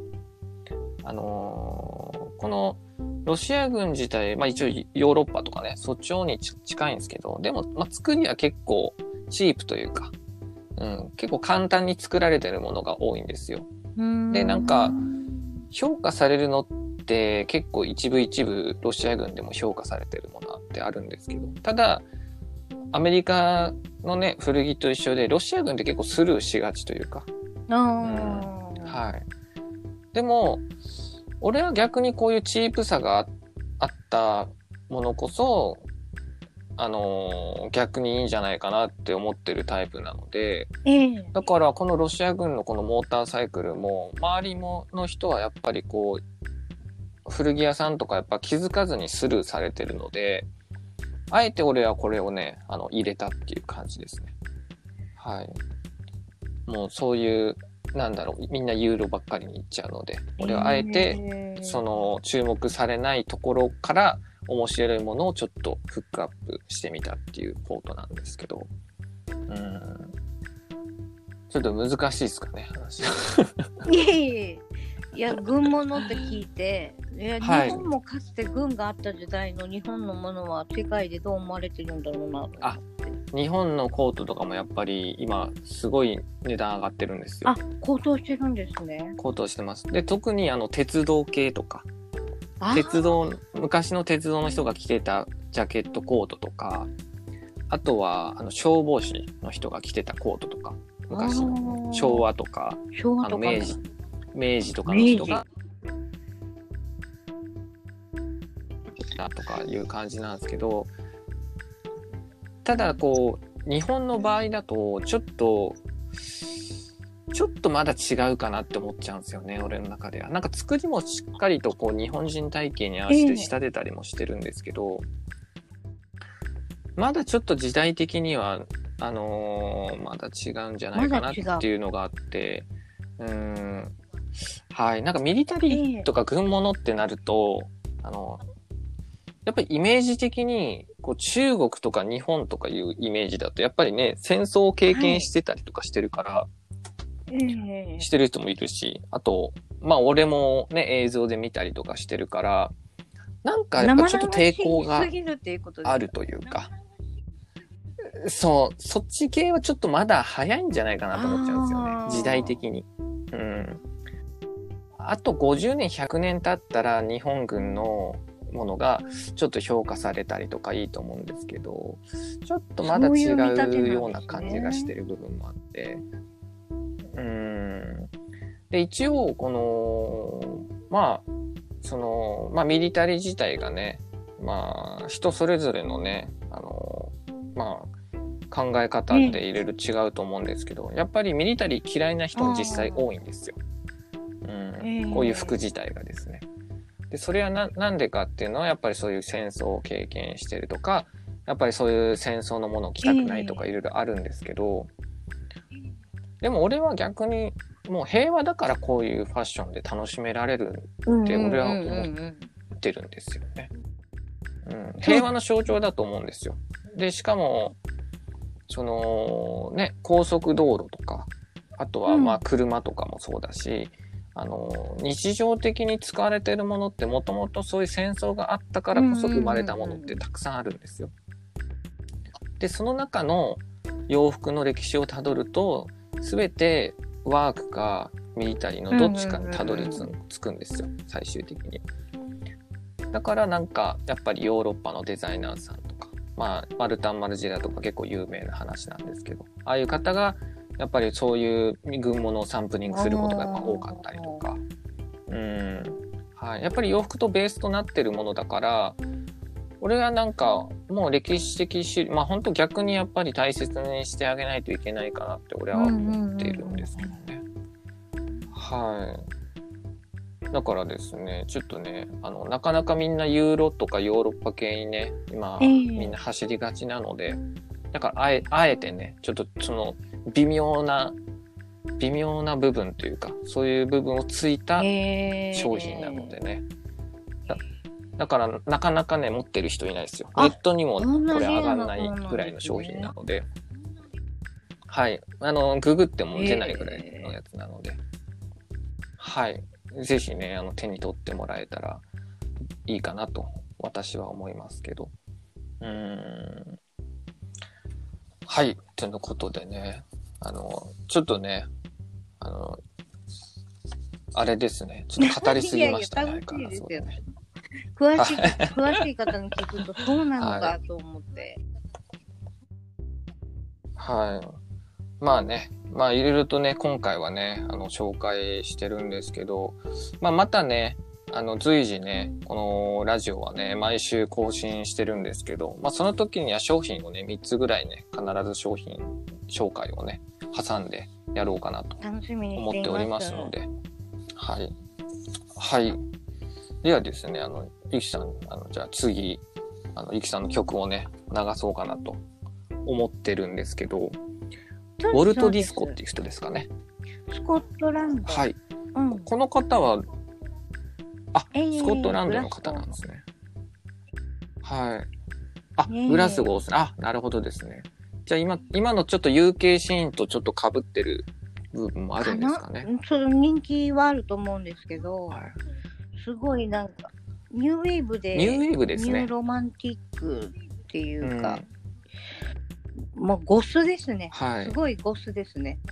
このロシア軍自体、まあ一応ヨーロッパとかね、そっちに近いんですけど、でも、まあ作りは結構チープというか、結構簡単に作られてるものが多いんですよ。で、なんか、評価されるのって結構一部一部ロシア軍でも評価されてるものってあるんですけど、ただ、アメリカのね、古着と一緒で、ロシア軍って結構スルーしがちというか。はい。でも、俺は逆にこういうチープさがあったものこそ、逆にいいんじゃないかなって思ってるタイプなので、だからこのロシア軍のこのモーターサイクルも、周りの人はやっぱりこう、古着屋さんとかやっぱ気づかずにスルーされてるので、あえて俺はこれをね、入れたっていう感じですね。はい。もうそういうなんだろう、みんなユーロばっかりに行っちゃうので、俺はあえてその注目されないところから面白いものをちょっとフックアップしてみたっていうポートなんですけど、ちょっと難しいですかね、話。 いえいえ、いや、軍物って聞いて、いや、 はい、 日本もかつて軍があった時代の日本のものは世界でどう思われてるんだろうなと。 あ、日本のコートとかもやっぱり今すごい値段上がってるんですよ。 あ、高騰してるんですね。 高騰してます。で、特に鉄道系とか、昔の鉄道の人が着てたジャケットコートとか、あとは消防士の人が着てたコートとか、昔の昭和とか、明治とかの人がとかいう感じなんですけど、ただこう日本の場合だとちょっとまだ違うかなって思っちゃうんですよね、俺の中では。なんか作りもしっかりとこう日本人体型に合わせて仕立てたりもしてるんですけど、まだちょっと時代的にはまだ違うんじゃないかなっていうのがあって、はい、なんかミリタリーとか軍物ってなると、やっぱりイメージ的にこう中国とか日本とかいうイメージだとやっぱりね、戦争を経験してたりとかしてるから、してる人もいるし、あとまあ俺もね映像で見たりとかしてるから、なんかやっぱちょっと抵抗があるというか、そっち系はちょっとまだ早いんじゃないかなと思っちゃうんですよね、時代的に。あと50年100年経ったら日本軍のものがちょっと評価されたりとかいいと思うんですけど、ちょっとまだ違うような感じがしてる部分もあって、で一応このミリタリー自体がね、人それぞれのね考え方っていろいろ違うと思うんですけど、やっぱりミリタリー嫌いな人も実際多いんですよ。こういう服自体がですね。でそれはなんでかっていうのはやっぱりそういう戦争を経験してるとか、やっぱりそういう戦争のものを着たくないとかいろいろあるんですけど、でも俺は逆にもう平和だからこういうファッションで楽しめられるって俺は思ってるんですよね。平和の象徴だと思うんですよ。でしかもそのね、高速道路とか、あとは車とかもそうだし、日常的に使われているものってもともとそういう戦争があったからこそ生まれたものってたくさんあるんですよ。でその中の洋服の歴史をたどると全てワークかミリタリーのどっちかにたどり着くんですよ、最終的に。だからなんかやっぱりヨーロッパのデザイナーさんとか、マルタン・マルジェラとか結構有名な話なんですけど、ああいう方がやっぱりそういう軍物をサンプリングすることがやっぱ多かったりとか、はい、やっぱり洋服とベースとなってるものだから、俺はなんかもう歴史的本当逆にやっぱり大切にしてあげないといけないかなって俺は思っているんですけどね。はい。だからですね、ちょっとね、なかなかみんなユーロとかヨーロッパ系にね、今、みんな走りがちなので、だからあえてね、ちょっとその微妙な部分というか、そういう部分をついた商品なのでね。だからなかなかね、持ってる人いないですよ。ネットにもこれ上がらないぐらいの商品なので、はい。ググっても出ないぐらいのやつなので、はい。ぜひね、手に取ってもらえたらいいかなと私は思いますけど。はい。ということでね、ちょっっとね、あれですね、ちょっと語りすぎましたね。 詳しい方に聞くとそうなのかと思って。 はい。まあね、いろいろとね、今回はね、紹介してるんですけど、またね、随時ね、このラジオはね、毎週更新してるんですけど、その時には商品をね、3つぐらいね、必ず商品紹介をね、挟んでやろうかなと思っておりますので、はい。はい。ではですね、ゆきさん、じゃあ次、ゆきさんの曲をね、流そうかなと思ってるんですけど、ウォルト・ディスコっていう人ですかね。 スコットランド。 はい。 うん。 この方は、スコットランドの方なんですね。はい。グラスゴーですね。なるほどですね。じゃあ今のちょっと UK シーンとちょっと被ってる部分もあるんですかね。 その人気はあると思うんですけど、 はい、 すごいなんかニューウェーブで、 ニューウェーブですね。 ニューロマンティックっていうか、もうゴスですね。はい、すごいゴスですね。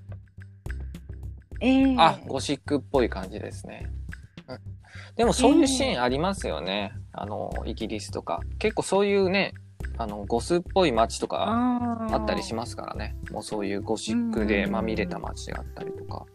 ゴシックっぽい感じですね。でもそういうシーンありますよね。イギリスとか。結構そういうね、ゴスっぽい街とかあったりしますからね。もうそういうゴシックでまみれた街があったりとか。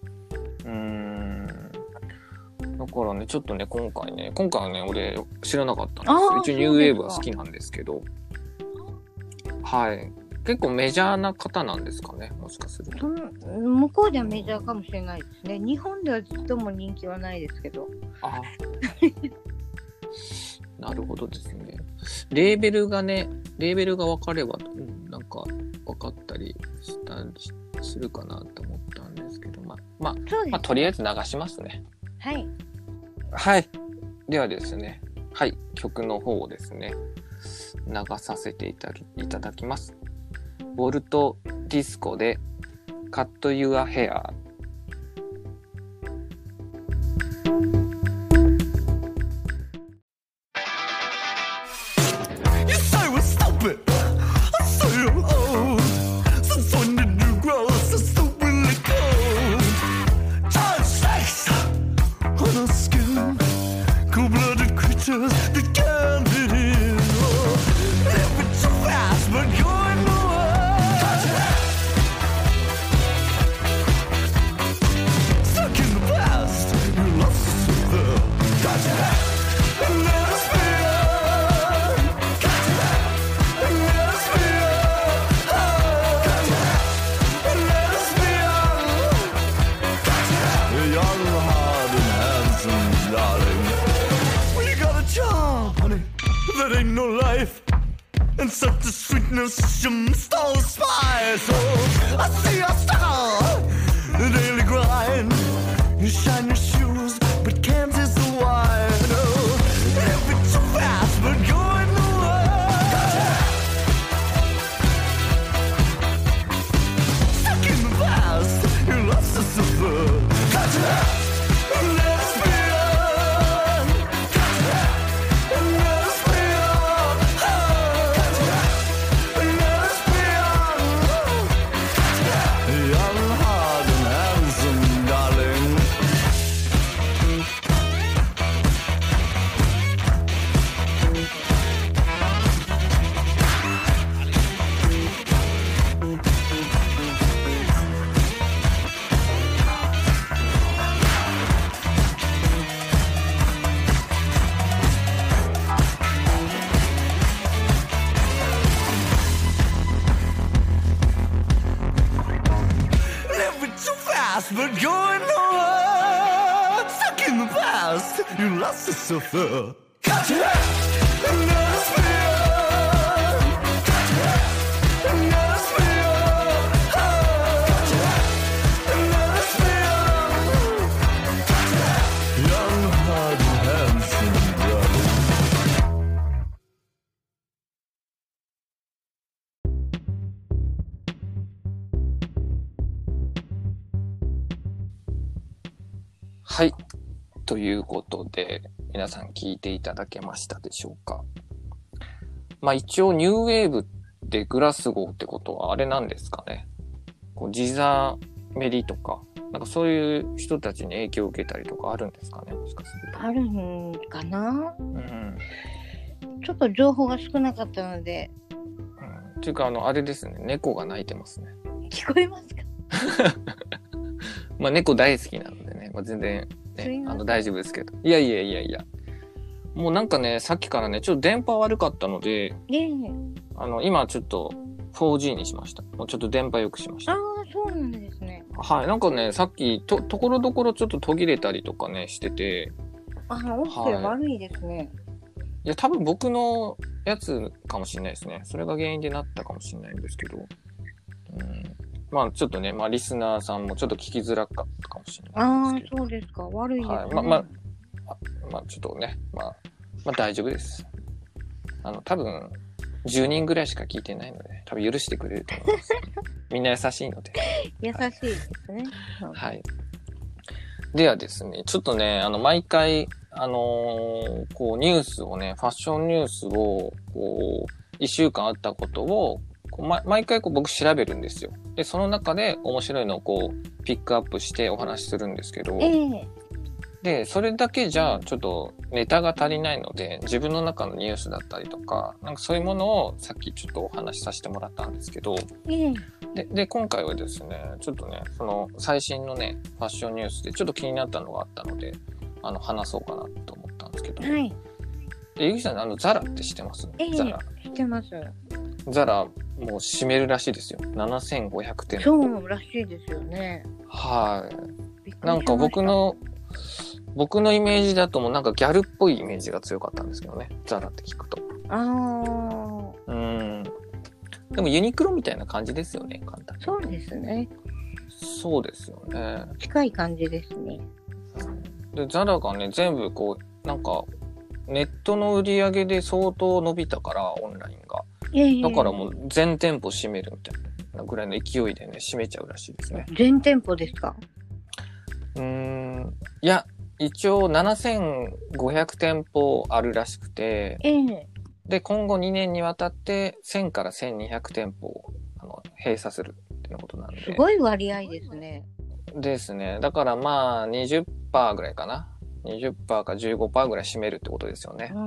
だからね、ちょっとね、今回はね、俺知らなかったんです。一応ニューウェーブは好きなんですけど。はい。結構メジャーな方なんですかね、もしかすると。 向こうではメジャーかもしれないですね。日本ではずっとも人気はないですけど。 なるほどですね。レーベルが分かれば、なんか分かったりするかなと思ったんですけど、とりあえず流しますね。 はい。 はい。ではですね、はい、曲の方をですね、流させていただきます。ウォルト・ディスコで Cut Your Hair。And such a sweetness, you must all spice. Oh, I see your star, the daily grind. You shine your shoes, but can't taste the wine. Oh, every too fast, but going nowhere. Stuck in the past, you lost the silver. Gotcha. Let us be. But going nowhere, stuck in the past, you lost yourself. Gotcha!はい。ということで、皆さん聞いていただけましたでしょうか。一応ニューウェーブってグラスゴーってことはあれなんですかね。ジザメリとか、なんかそういう人たちに影響を受けたりとかあるんですかね、もしかすると。 あるんかな、ちょっと情報が少なかったので。 っていうか、あれですね、猫が鳴いてますね。 聞こえますか？ 猫大好きなのでね、全然、ね、大丈夫ですけど。いや。もうなんかね、さっきからね、ちょっと電波悪かったので、今ちょっと 4G にしました。もうちょっと電波良くしました。 そうなんですね。 はい、なんかね、さっきところどころちょっと途切れたりとかね、してて。 音声悪いですね。 いや、多分僕のやつかもしれないですね。それが原因でなったかもしれないんですけど。 まあちょっとね、まあリスナーさんもちょっと聞きづらかったかもしれないああですけど。 そうですか。悪いですね。 はい。まあちょっとね、まあ大丈夫です。多分、10人ぐらいしか聞いてないので、多分許してくれると思います。みんな優しいので。 優しいですね。 はい。ではですね、ちょっとね、毎回、こう、ニュースをね、ファッションニュースを、こう、1週間あったことを、毎回こう僕調べるんですよ。で、その中で面白いのをこう、ピックアップしてお話しするんですけど、で、それだけじゃ、ちょっとネタが足りないので、自分の中のニュースだったりとか、なんかそういうものをさっきちょっとお話しさせてもらったんですけど、で、今回はですね、ちょっとね、その最新のね、ファッションニュースでちょっと気になったのがあったので、話そうかなと思ったんですけど、 はい。 で、ゆきさん、ザラって知ってます？ザラ。 知ってます。 ザラ、もう閉めるらしいですよ。7500店舗。 そうらしいですよね。 はい。 びっくりしました。 なんか僕のイメージだともうなんかギャルっぽいイメージが強かったんですけどね。ザラって聞くと。でもユニクロみたいな感じですよね、簡単に。 そうですね。 そうですよね。 近い感じですね。 で、ザラがね、全部こう、なんか、ネットの売り上げで相当伸びたから、オンラインが。だからもう全店舗閉めるみたいなぐらいの勢いでね、閉めちゃうらしいですね。 全店舗ですか？ いや、一応7500店舗あるらしくて、で、今後2年にわたって1000から1200店舗を閉鎖するっていうことなんで。 すごい割合ですね。 ですね。だからまあ20%ぐらいかな。20%か15%ぐらい占めるってことですよね。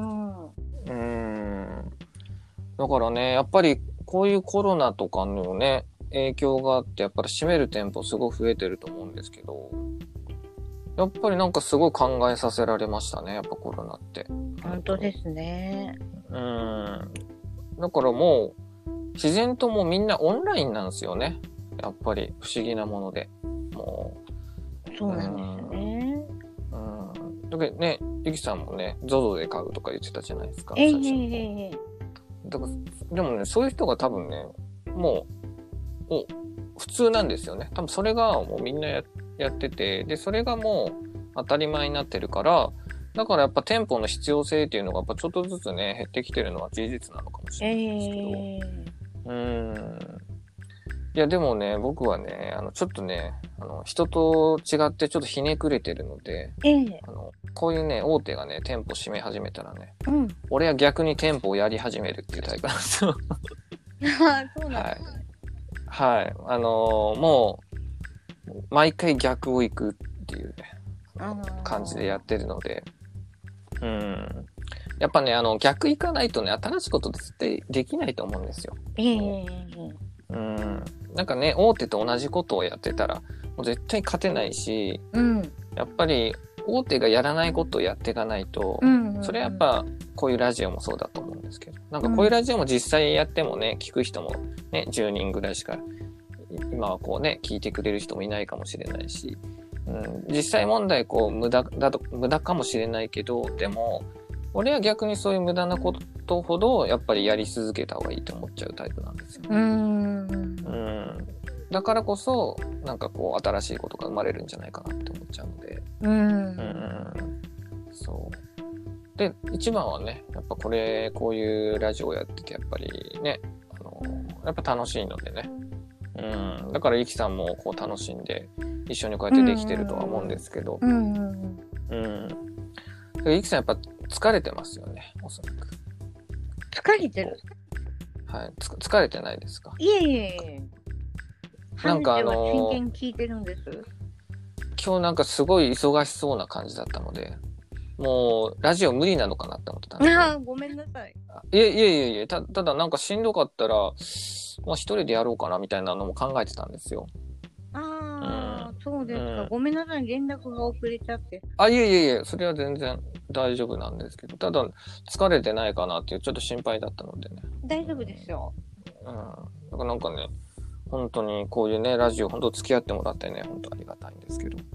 だからね、やっぱりこういうコロナとかのね、影響があって、やっぱり閉める店舗すごい増えてると思うんですけど、やっぱりなんかすごい考えさせられましたね、やっぱコロナって。 本当ですね。 だからもう、自然ともうみんなオンラインなんですよね。やっぱり不思議なもので。もう。そうなんですね。 だけどね、ゆきさんもね、ZOZO で買うとか言ってたじゃないですか。最初のだからでもね、そういう人が多分ね、もう普通なんですよね。多分それがもうみんなやってて、で、それがもう当たり前になってるから、だからやっぱ店舗の必要性っていうのがやっぱちょっとずつね、減ってきてるのは事実なのかもしれないですけど。いや、でもね、僕はね、ちょっとね、人と違ってちょっとひねくれてるので、こういうね、大手がね、店舗閉め始めたらね、俺は逆に店舗をやり始めるっていうタイプなんですよ。 そうなんですね。 はい。もう、毎回逆を行くっていうね、感じでやってるので、やっぱね、逆行かないとね、新しいこと絶対できないと思うんですよ。なんかね、大手と同じことをやってたら、もう絶対勝てないし、やっぱり大手がやらないことをやっていかないと、それはやっぱこういうラジオもそうだと思うんですけど、なんかこういうラジオも実際やってもね、聞く人もね、10人ぐらいしか、今はこうね、聞いてくれる人もいないかもしれないし、実際問題こう無駄かもしれないけど、でも、俺は逆にそういう無駄なことほどやっぱりやり続けた方がいいと思っちゃうタイプなんですよ。だからこそなんかこう新しいことが生まれるんじゃないかなって思っちゃうので。そう。で、一番はね、やっぱこういうラジオやっててやっぱりね、やっぱ楽しいのでね。だからゆきさんもこう楽しんで一緒にこうやってできてるとは思うんですけど。ゆきさんやっぱ疲れてますよね、おそらく。 疲れてる？ はい。疲れてないですか？ いえ。なんか真剣に聞いてるんです。 今日なんかすごい忙しそうな感じだったので、もうラジオ無理なのかなって思ってたんですごめんなさい。 いえ、ただなんかしんどかったら、まあ一人でやろうかなみたいなのも考えてたんですよ。 そうですか。ごめんなさい、連絡が遅れちゃって。 いえ、それは全然大丈夫なんですけど、ただ疲れてないかなっていうちょっと心配だったのでね。 大丈夫ですよ。 だからなんかね、本当にこういうね、ラジオ本当付き合ってもらってね、本当ありがたいんですけど。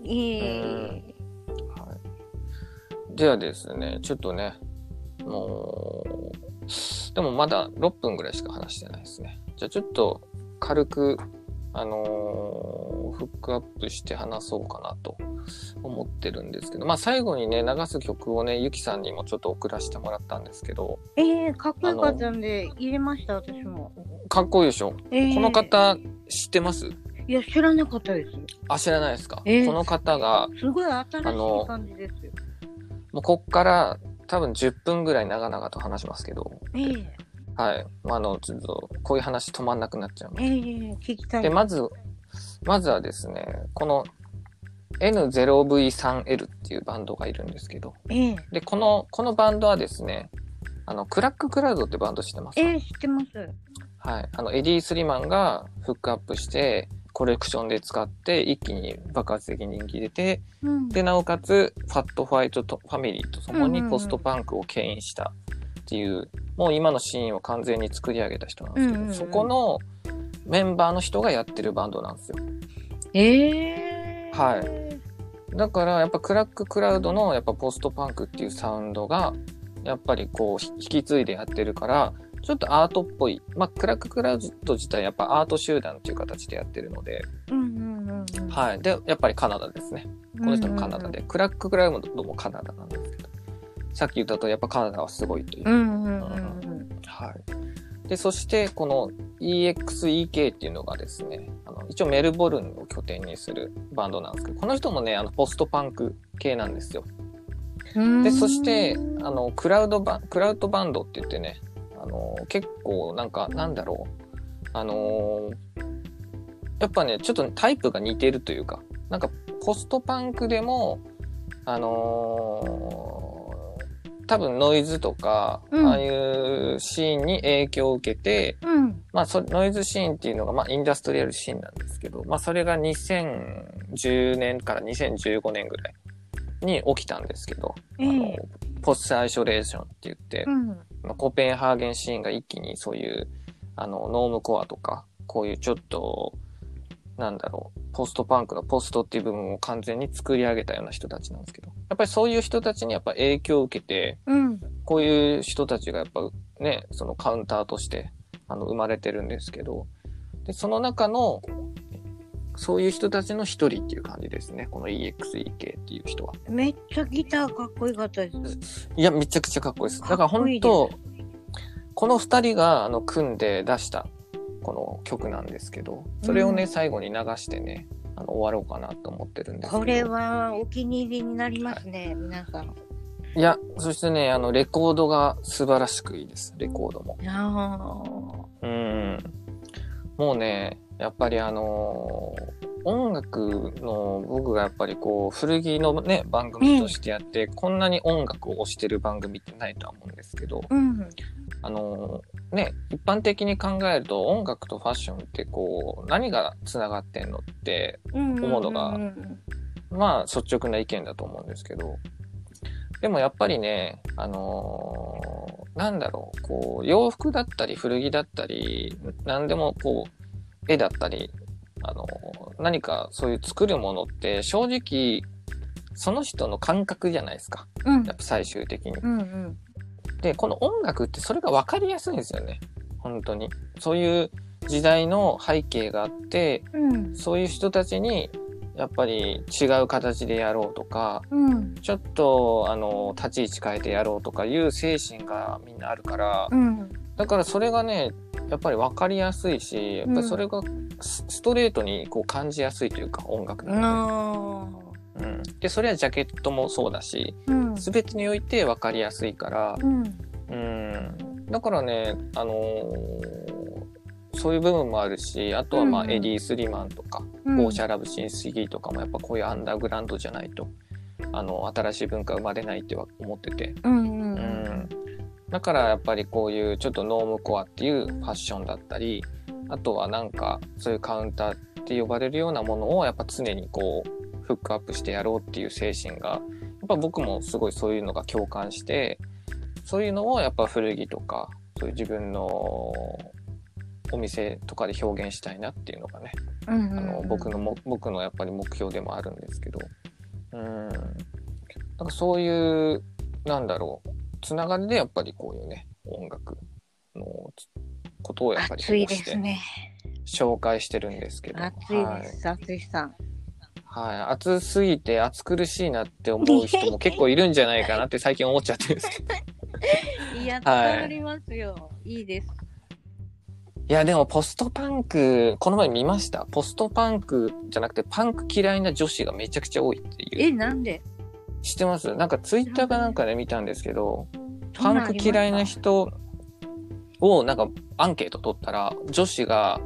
ではですね、ちょっとね、もう、でもまだ6分ぐらいしか話してないですね。じゃあちょっと軽く、 フックアップして話そうかなと思ってるんですけど、まあ最後にね流す曲をねゆきさんにもちょっと送らせてもらったんですけど、 かっこよかったんで入れました、私も。 かっこいいでしょ、この方知ってます？ いや、知らなかったです。 あ、知らないですか？この方がすごい新しい感じですよ。 もうこっから多分10分ぐらい長々と話しますけど、はい、ちょっとこういう話止まんなくなっちゃうので、 聞きたい。 でまずはですね、この N0V3L っていうバンドがいるんですけど、でこのバンドはですね、クラッククラウドってバンド知ってますか？ 知ってます。 はい、エディ・スリマンがフックアップしてコレクションで使って一気に爆発的に人気出て、でなおかつファット・ファイトとファミリーとともにポストパンクを牽引したっていう、もう今のシーンを完全に作り上げた人なんですけど、そこのメンバーの人がやってるバンドなんですよ。はい。だからやっぱクラッククラウドのやっぱポストパンクっていうサウンドがやっぱりこう引き継いでやってるから、ちょっとアートっぽい。まあクラッククラウド自体やっぱアート集団っていう形でやってるので、はい。でやっぱりカナダですね。この人もカナダで、クラッククラウドもカナダなんですけど、さっき言ったとやっぱカナダはすごいという。はい。でそしてこの EXEK っていうのがですね、一応メルボルンを拠点にするバンドなんですけど、この人もねポストパンク系なんですよ。でそしてクラウドバンドって言ってね、結構なんだろう、やっぱねちょっとタイプが似てるというか、なんかポストパンクでも多分ノイズとか、ああいうシーンに影響を受けて、まあノイズシーンっていうのがまあインダストリアルシーンなんですけど、まあそれが2010年から2015年ぐらいに起きたんですけど、ポストアイソレーションって言って、コペンハーゲンシーンが一気にそういうノームコアとかこういうちょっとなんだろう、ポストパンクのポストっていう部分を完全に作り上げたような人たちなんですけど、やっぱりそういう人たちにやっぱ影響を受けて、こういう人たちがやっぱね、そのカウンターとして生まれてるんですけど、でその中のそういう人たちの一人っていう感じですね、この EXEK っていう人は。 めっちゃギターかっこよかったです。 いや、めちゃくちゃかっこいいです。だから本当この二人が組んで出したこの曲なんですけど、それをね、最後に流してね終わろうかなと思ってるんですけど、 これはお気に入りになりますね、皆さん。 いや、そしてねレコードが素晴らしくいいです。レコードももうねやっぱり音楽の僕がやっぱりこう古着のね番組としてやって、こんなに音楽を推してる番組ってないとは思うんですけど、ね、一般的に考えると音楽とファッションってこう何がつながってんのって思うのが、まあ率直な意見だと思うんですけど、でもやっぱりねなんだろう、こう洋服だったり古着だったり何でもこう絵だったり何かそういう作るものって正直その人の感覚じゃないですか、やっぱ最終的に。でこの音楽ってそれが分かりやすいんですよね、本当に。そういう時代の背景があって、そういう人たちにやっぱり違う形でやろうとか、ちょっと立ち位置変えてやろうとかいう精神がみんなあるから、だからそれがねやっぱり分かりやすいし、やっぱりそれがストレートにこう感じやすいというか、音楽なので、でそれはジャケットもそうだし、全てにおいて分かりやすいから、だからねそういう部分もあるし、あとはまあエディ・スリマンとか、ゴーシャ・ラブ・シン・スギーとかもやっぱこういうアンダーグラウンドじゃないと新しい文化生まれないっては思ってて、だからやっぱりこういうちょっとノームコアっていうファッションだったり、あとはなんかそういうカウンターって呼ばれるようなものをやっぱ常にこうフックアップしてやろうっていう精神がやっぱ僕もすごいそういうのが共感して、そういうのをやっぱ古着とかそういう自分のお店とかで表現したいなっていうのがね、僕のやっぱり目標でもあるんですけど、なんかそういうなんだろうつながりでやっぱりこういうね音楽のことをやっぱり熱いですね。 紹介してるんですけど。 暑いです、暑さん。 はい。暑すぎて暑苦しいなって思う人も結構いるんじゃないかなって最近思っちゃってるんですけど。 いや、伝わりますよ。いいです。 いや、でもポストパンク、この前見ました。ポストパンクじゃなくてパンク嫌いな女子がめちゃくちゃ多いっていう。 なんで？ 知ってます？なんかツイッターかなんかで見たんですけど、パンク嫌いな人をなんかアンケート取ったら、女子が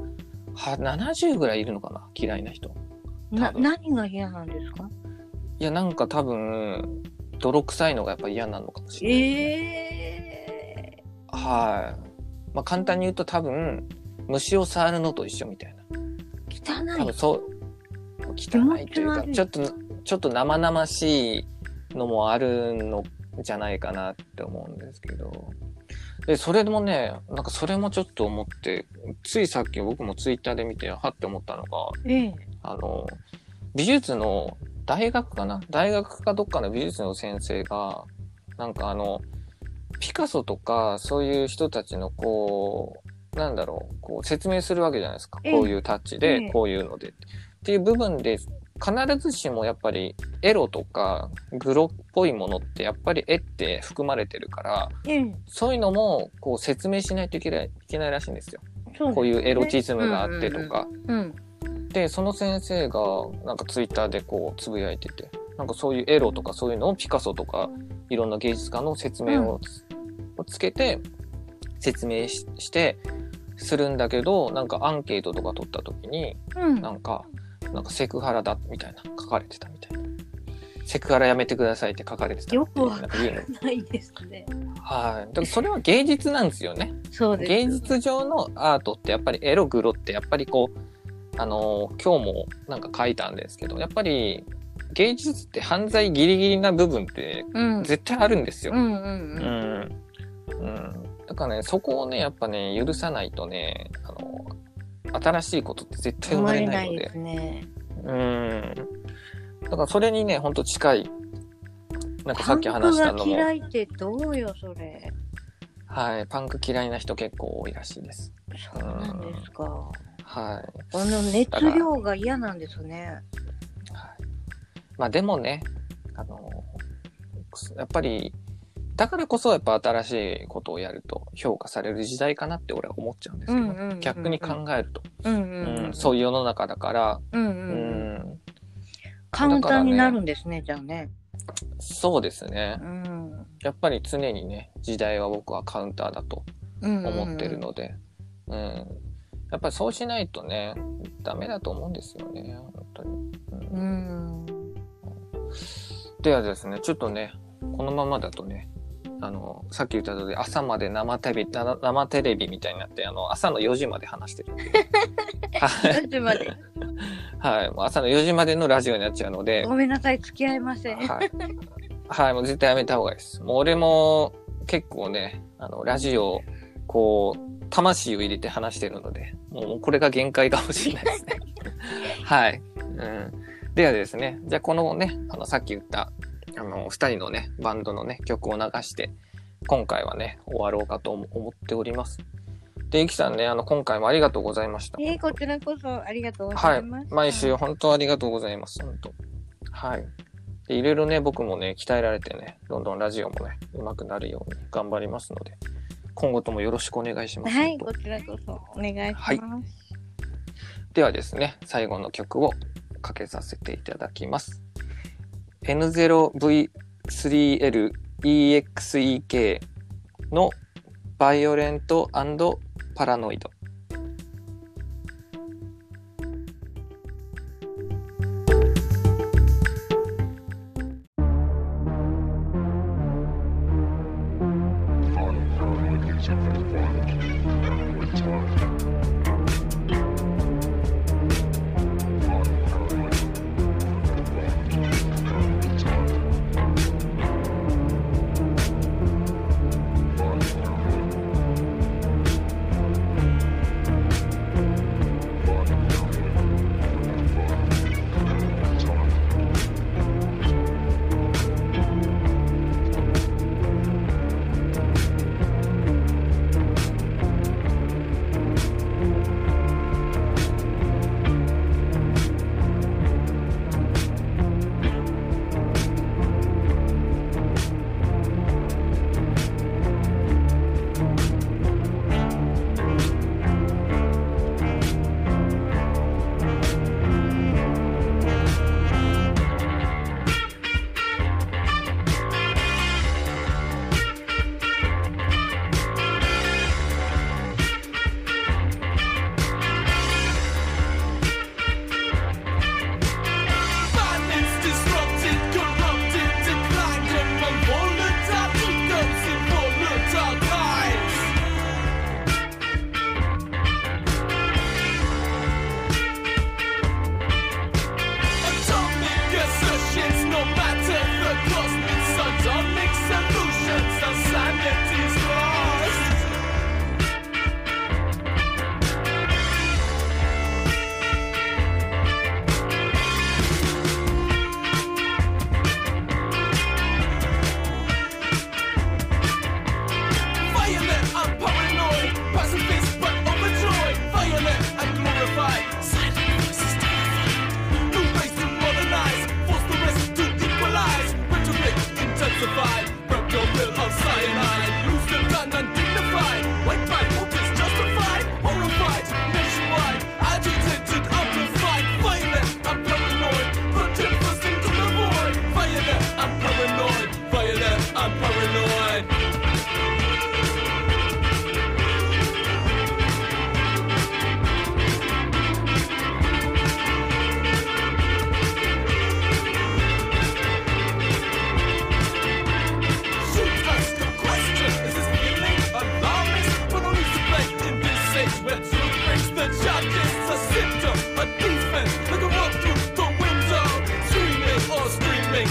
70ぐらいいるのかな？嫌いな人。 何が嫌なんですか？ いや、なんか多分、泥臭いのがやっぱ嫌なのかもしれないですね。はい。まあ簡単に言うと多分、虫を触るのと一緒みたいな。 汚い。 多分そう、汚いというか、ちょっと生々しいのもあるのじゃないかなって思うんですけど。で、それもね、なんかそれもちょっと思って、ついさっき僕もツイッターで見て、はって思ったのが、美術の大学かどっかの美術の先生が、なんかピカソとかそういう人たちのこう説明するわけじゃないですか。こういうタッチで、こういうので。っていう部分で、必ずしもやっぱりエロとかグロっぽいものってやっぱり絵って含まれてるから、そういうのもこう説明しないといけないらしいんですよ。こういうエロチズムがあってとか。で、その先生がなんかツイッターでこうつぶやいてて、なんかそういうエロとかそういうのをピカソとかいろんな芸術家の説明をつけて説明してするんだけど、なんかアンケートとか取った時に、なんかセクハラだみたいな書かれてたみたいな。セクハラやめてくださいって書かれてた。 よくわからないですね。 はい。だからそれは芸術なんですよね。 そうです。 芸術上のアートってやっぱりエログロってやっぱりこう、今日もなんか書いたんですけど、やっぱり芸術って犯罪ギリギリな部分って絶対あるんですよ。だからね、そこをね、やっぱね、許さないとね、新しいことって絶対生まれないので。 生まれないですね。だからそれにね、ほんと近い。なんかさっき話したのも。 パンクが嫌いってどうよ、それ。 はい。パンク嫌いな人結構多いらしいです。 そうなんですか。 はい。 熱量が嫌なんですね。 はい。まあでもね、やっぱり、だからこそやっぱ新しいことをやると評価される時代かなって俺は思っちゃうんですけど、逆に考えると、そういう世の中だから、 カウンターになるんですね、じゃあね。 そうですね。やっぱり常にね、時代は僕はカウンターだと思ってるので、やっぱりそうしないとね、ダメだと思うんですよね、本当に。ではですね、ちょっとね、このままだとね、さっき言った通り朝まで生テレビみたいになって、朝の4時まで話してる。 4時まで。 はい。もう朝の4時までのラジオになっちゃうので。 ごめんなさい、付き合いません。 はい。はい、もう絶対やめた方がいいです。もう俺も結構ね、ラジオ、こう、魂を入れて話してるので、もうこれが限界かもしれないですね。はい。ではですね、じゃあこのね、さっき言った、二人のね、バンドのね、曲を流して、今回はね、終わろうかと思っております。で、イキさんね、今回もありがとうございました。 こちらこそありがとうございます。 はい。毎週本当ありがとうございます。本当。はい。で、いろいろね、僕もね、鍛えられてね、どんどんラジオもね、上手くなるように頑張りますので、今後ともよろしくお願いします。 はい、こちらこそお願いします。はい。 ではですね、最後の曲をかけさせていただきます。N0V3LEXEK のバイオレント&パラノイド。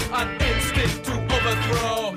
an instinct to overthrow.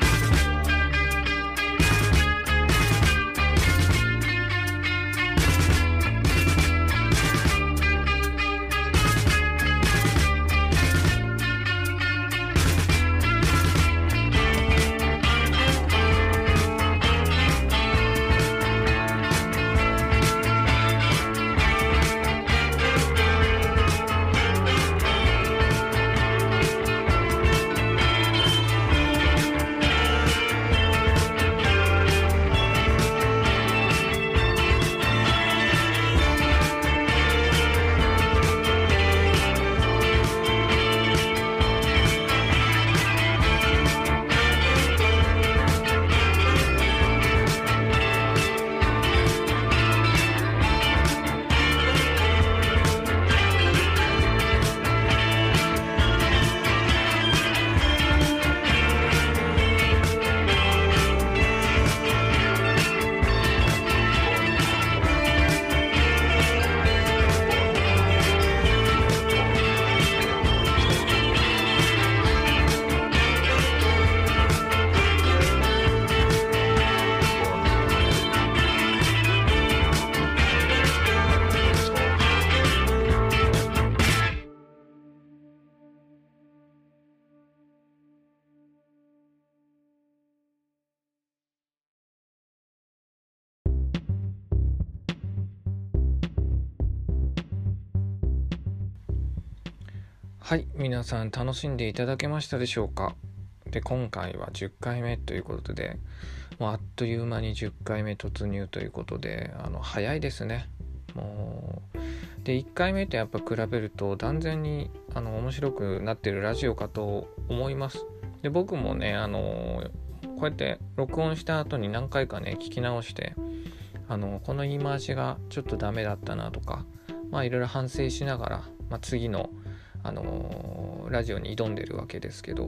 はい、皆さん楽しんでいただけましたでしょうか。で、今回は10回目ということで、もうあっという間に10回目突入ということで、早いですね。もうで、1回目とやっぱ比べると断然に面白くなってるラジオかと思います。で、僕もねこうやって録音した後に何回かね聞き直して、この言い回しがちょっとダメだったなとか、いろいろ反省しながら、次のラジオに挑んでるわけですけど、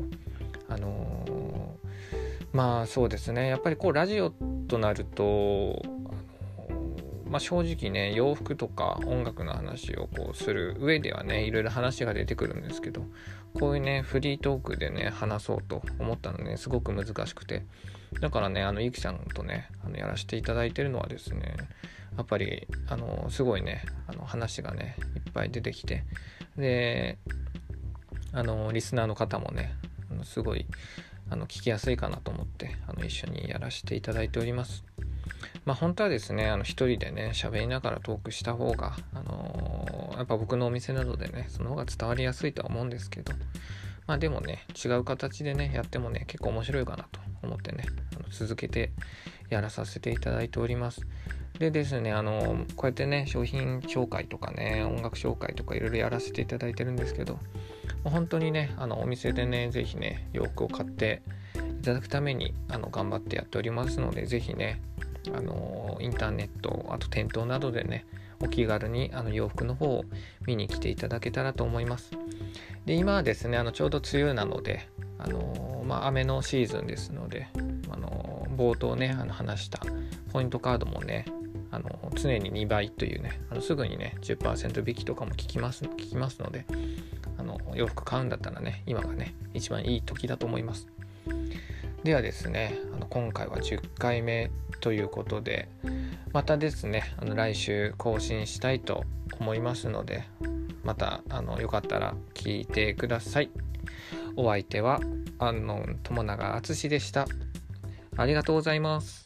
そうですね、やっぱりこうラジオとなると、正直ね、洋服とか音楽の話をこうする上ではね、いろいろ話が出てくるんですけど、こういうねフリートークでね話そうと思ったのね、すごく難しくて、だからねゆきさんとねやらせていただいてるのはですね、やっぱりすごいね話がねいっぱい出てきて、でリスナーの方もねすごい聞きやすいかなと思って一緒にやらせていただいております。本当はですね一人でね喋りながらトークした方がやっぱ僕のお店などでねその方が伝わりやすいとは思うんですけど、でもね違う形でねやってもね結構面白いかなと思ってね続けてやらさせていただいております。でですねこうやってね商品紹介とかね音楽紹介とかいろいろやらせていただいてるんですけど、本当にねお店でねぜひね洋服を買っていただくために頑張ってやっておりますので、ぜひねインターネット、あと店頭などでねお気軽に洋服の方を見に来ていただけたらと思います。で、今はですねちょうど梅雨なので雨のシーズンですので、冒頭ね話したポイントカードもね常に2倍というねすぐにね 10% 引きとかも効きますので、洋服買うんだったらね今がね一番いい時だと思います。ではですね今回は10回目ということで、またですね来週更新したいと思いますので、またよかったら聞いてください。お相手は友永敦でした。ありがとうございます。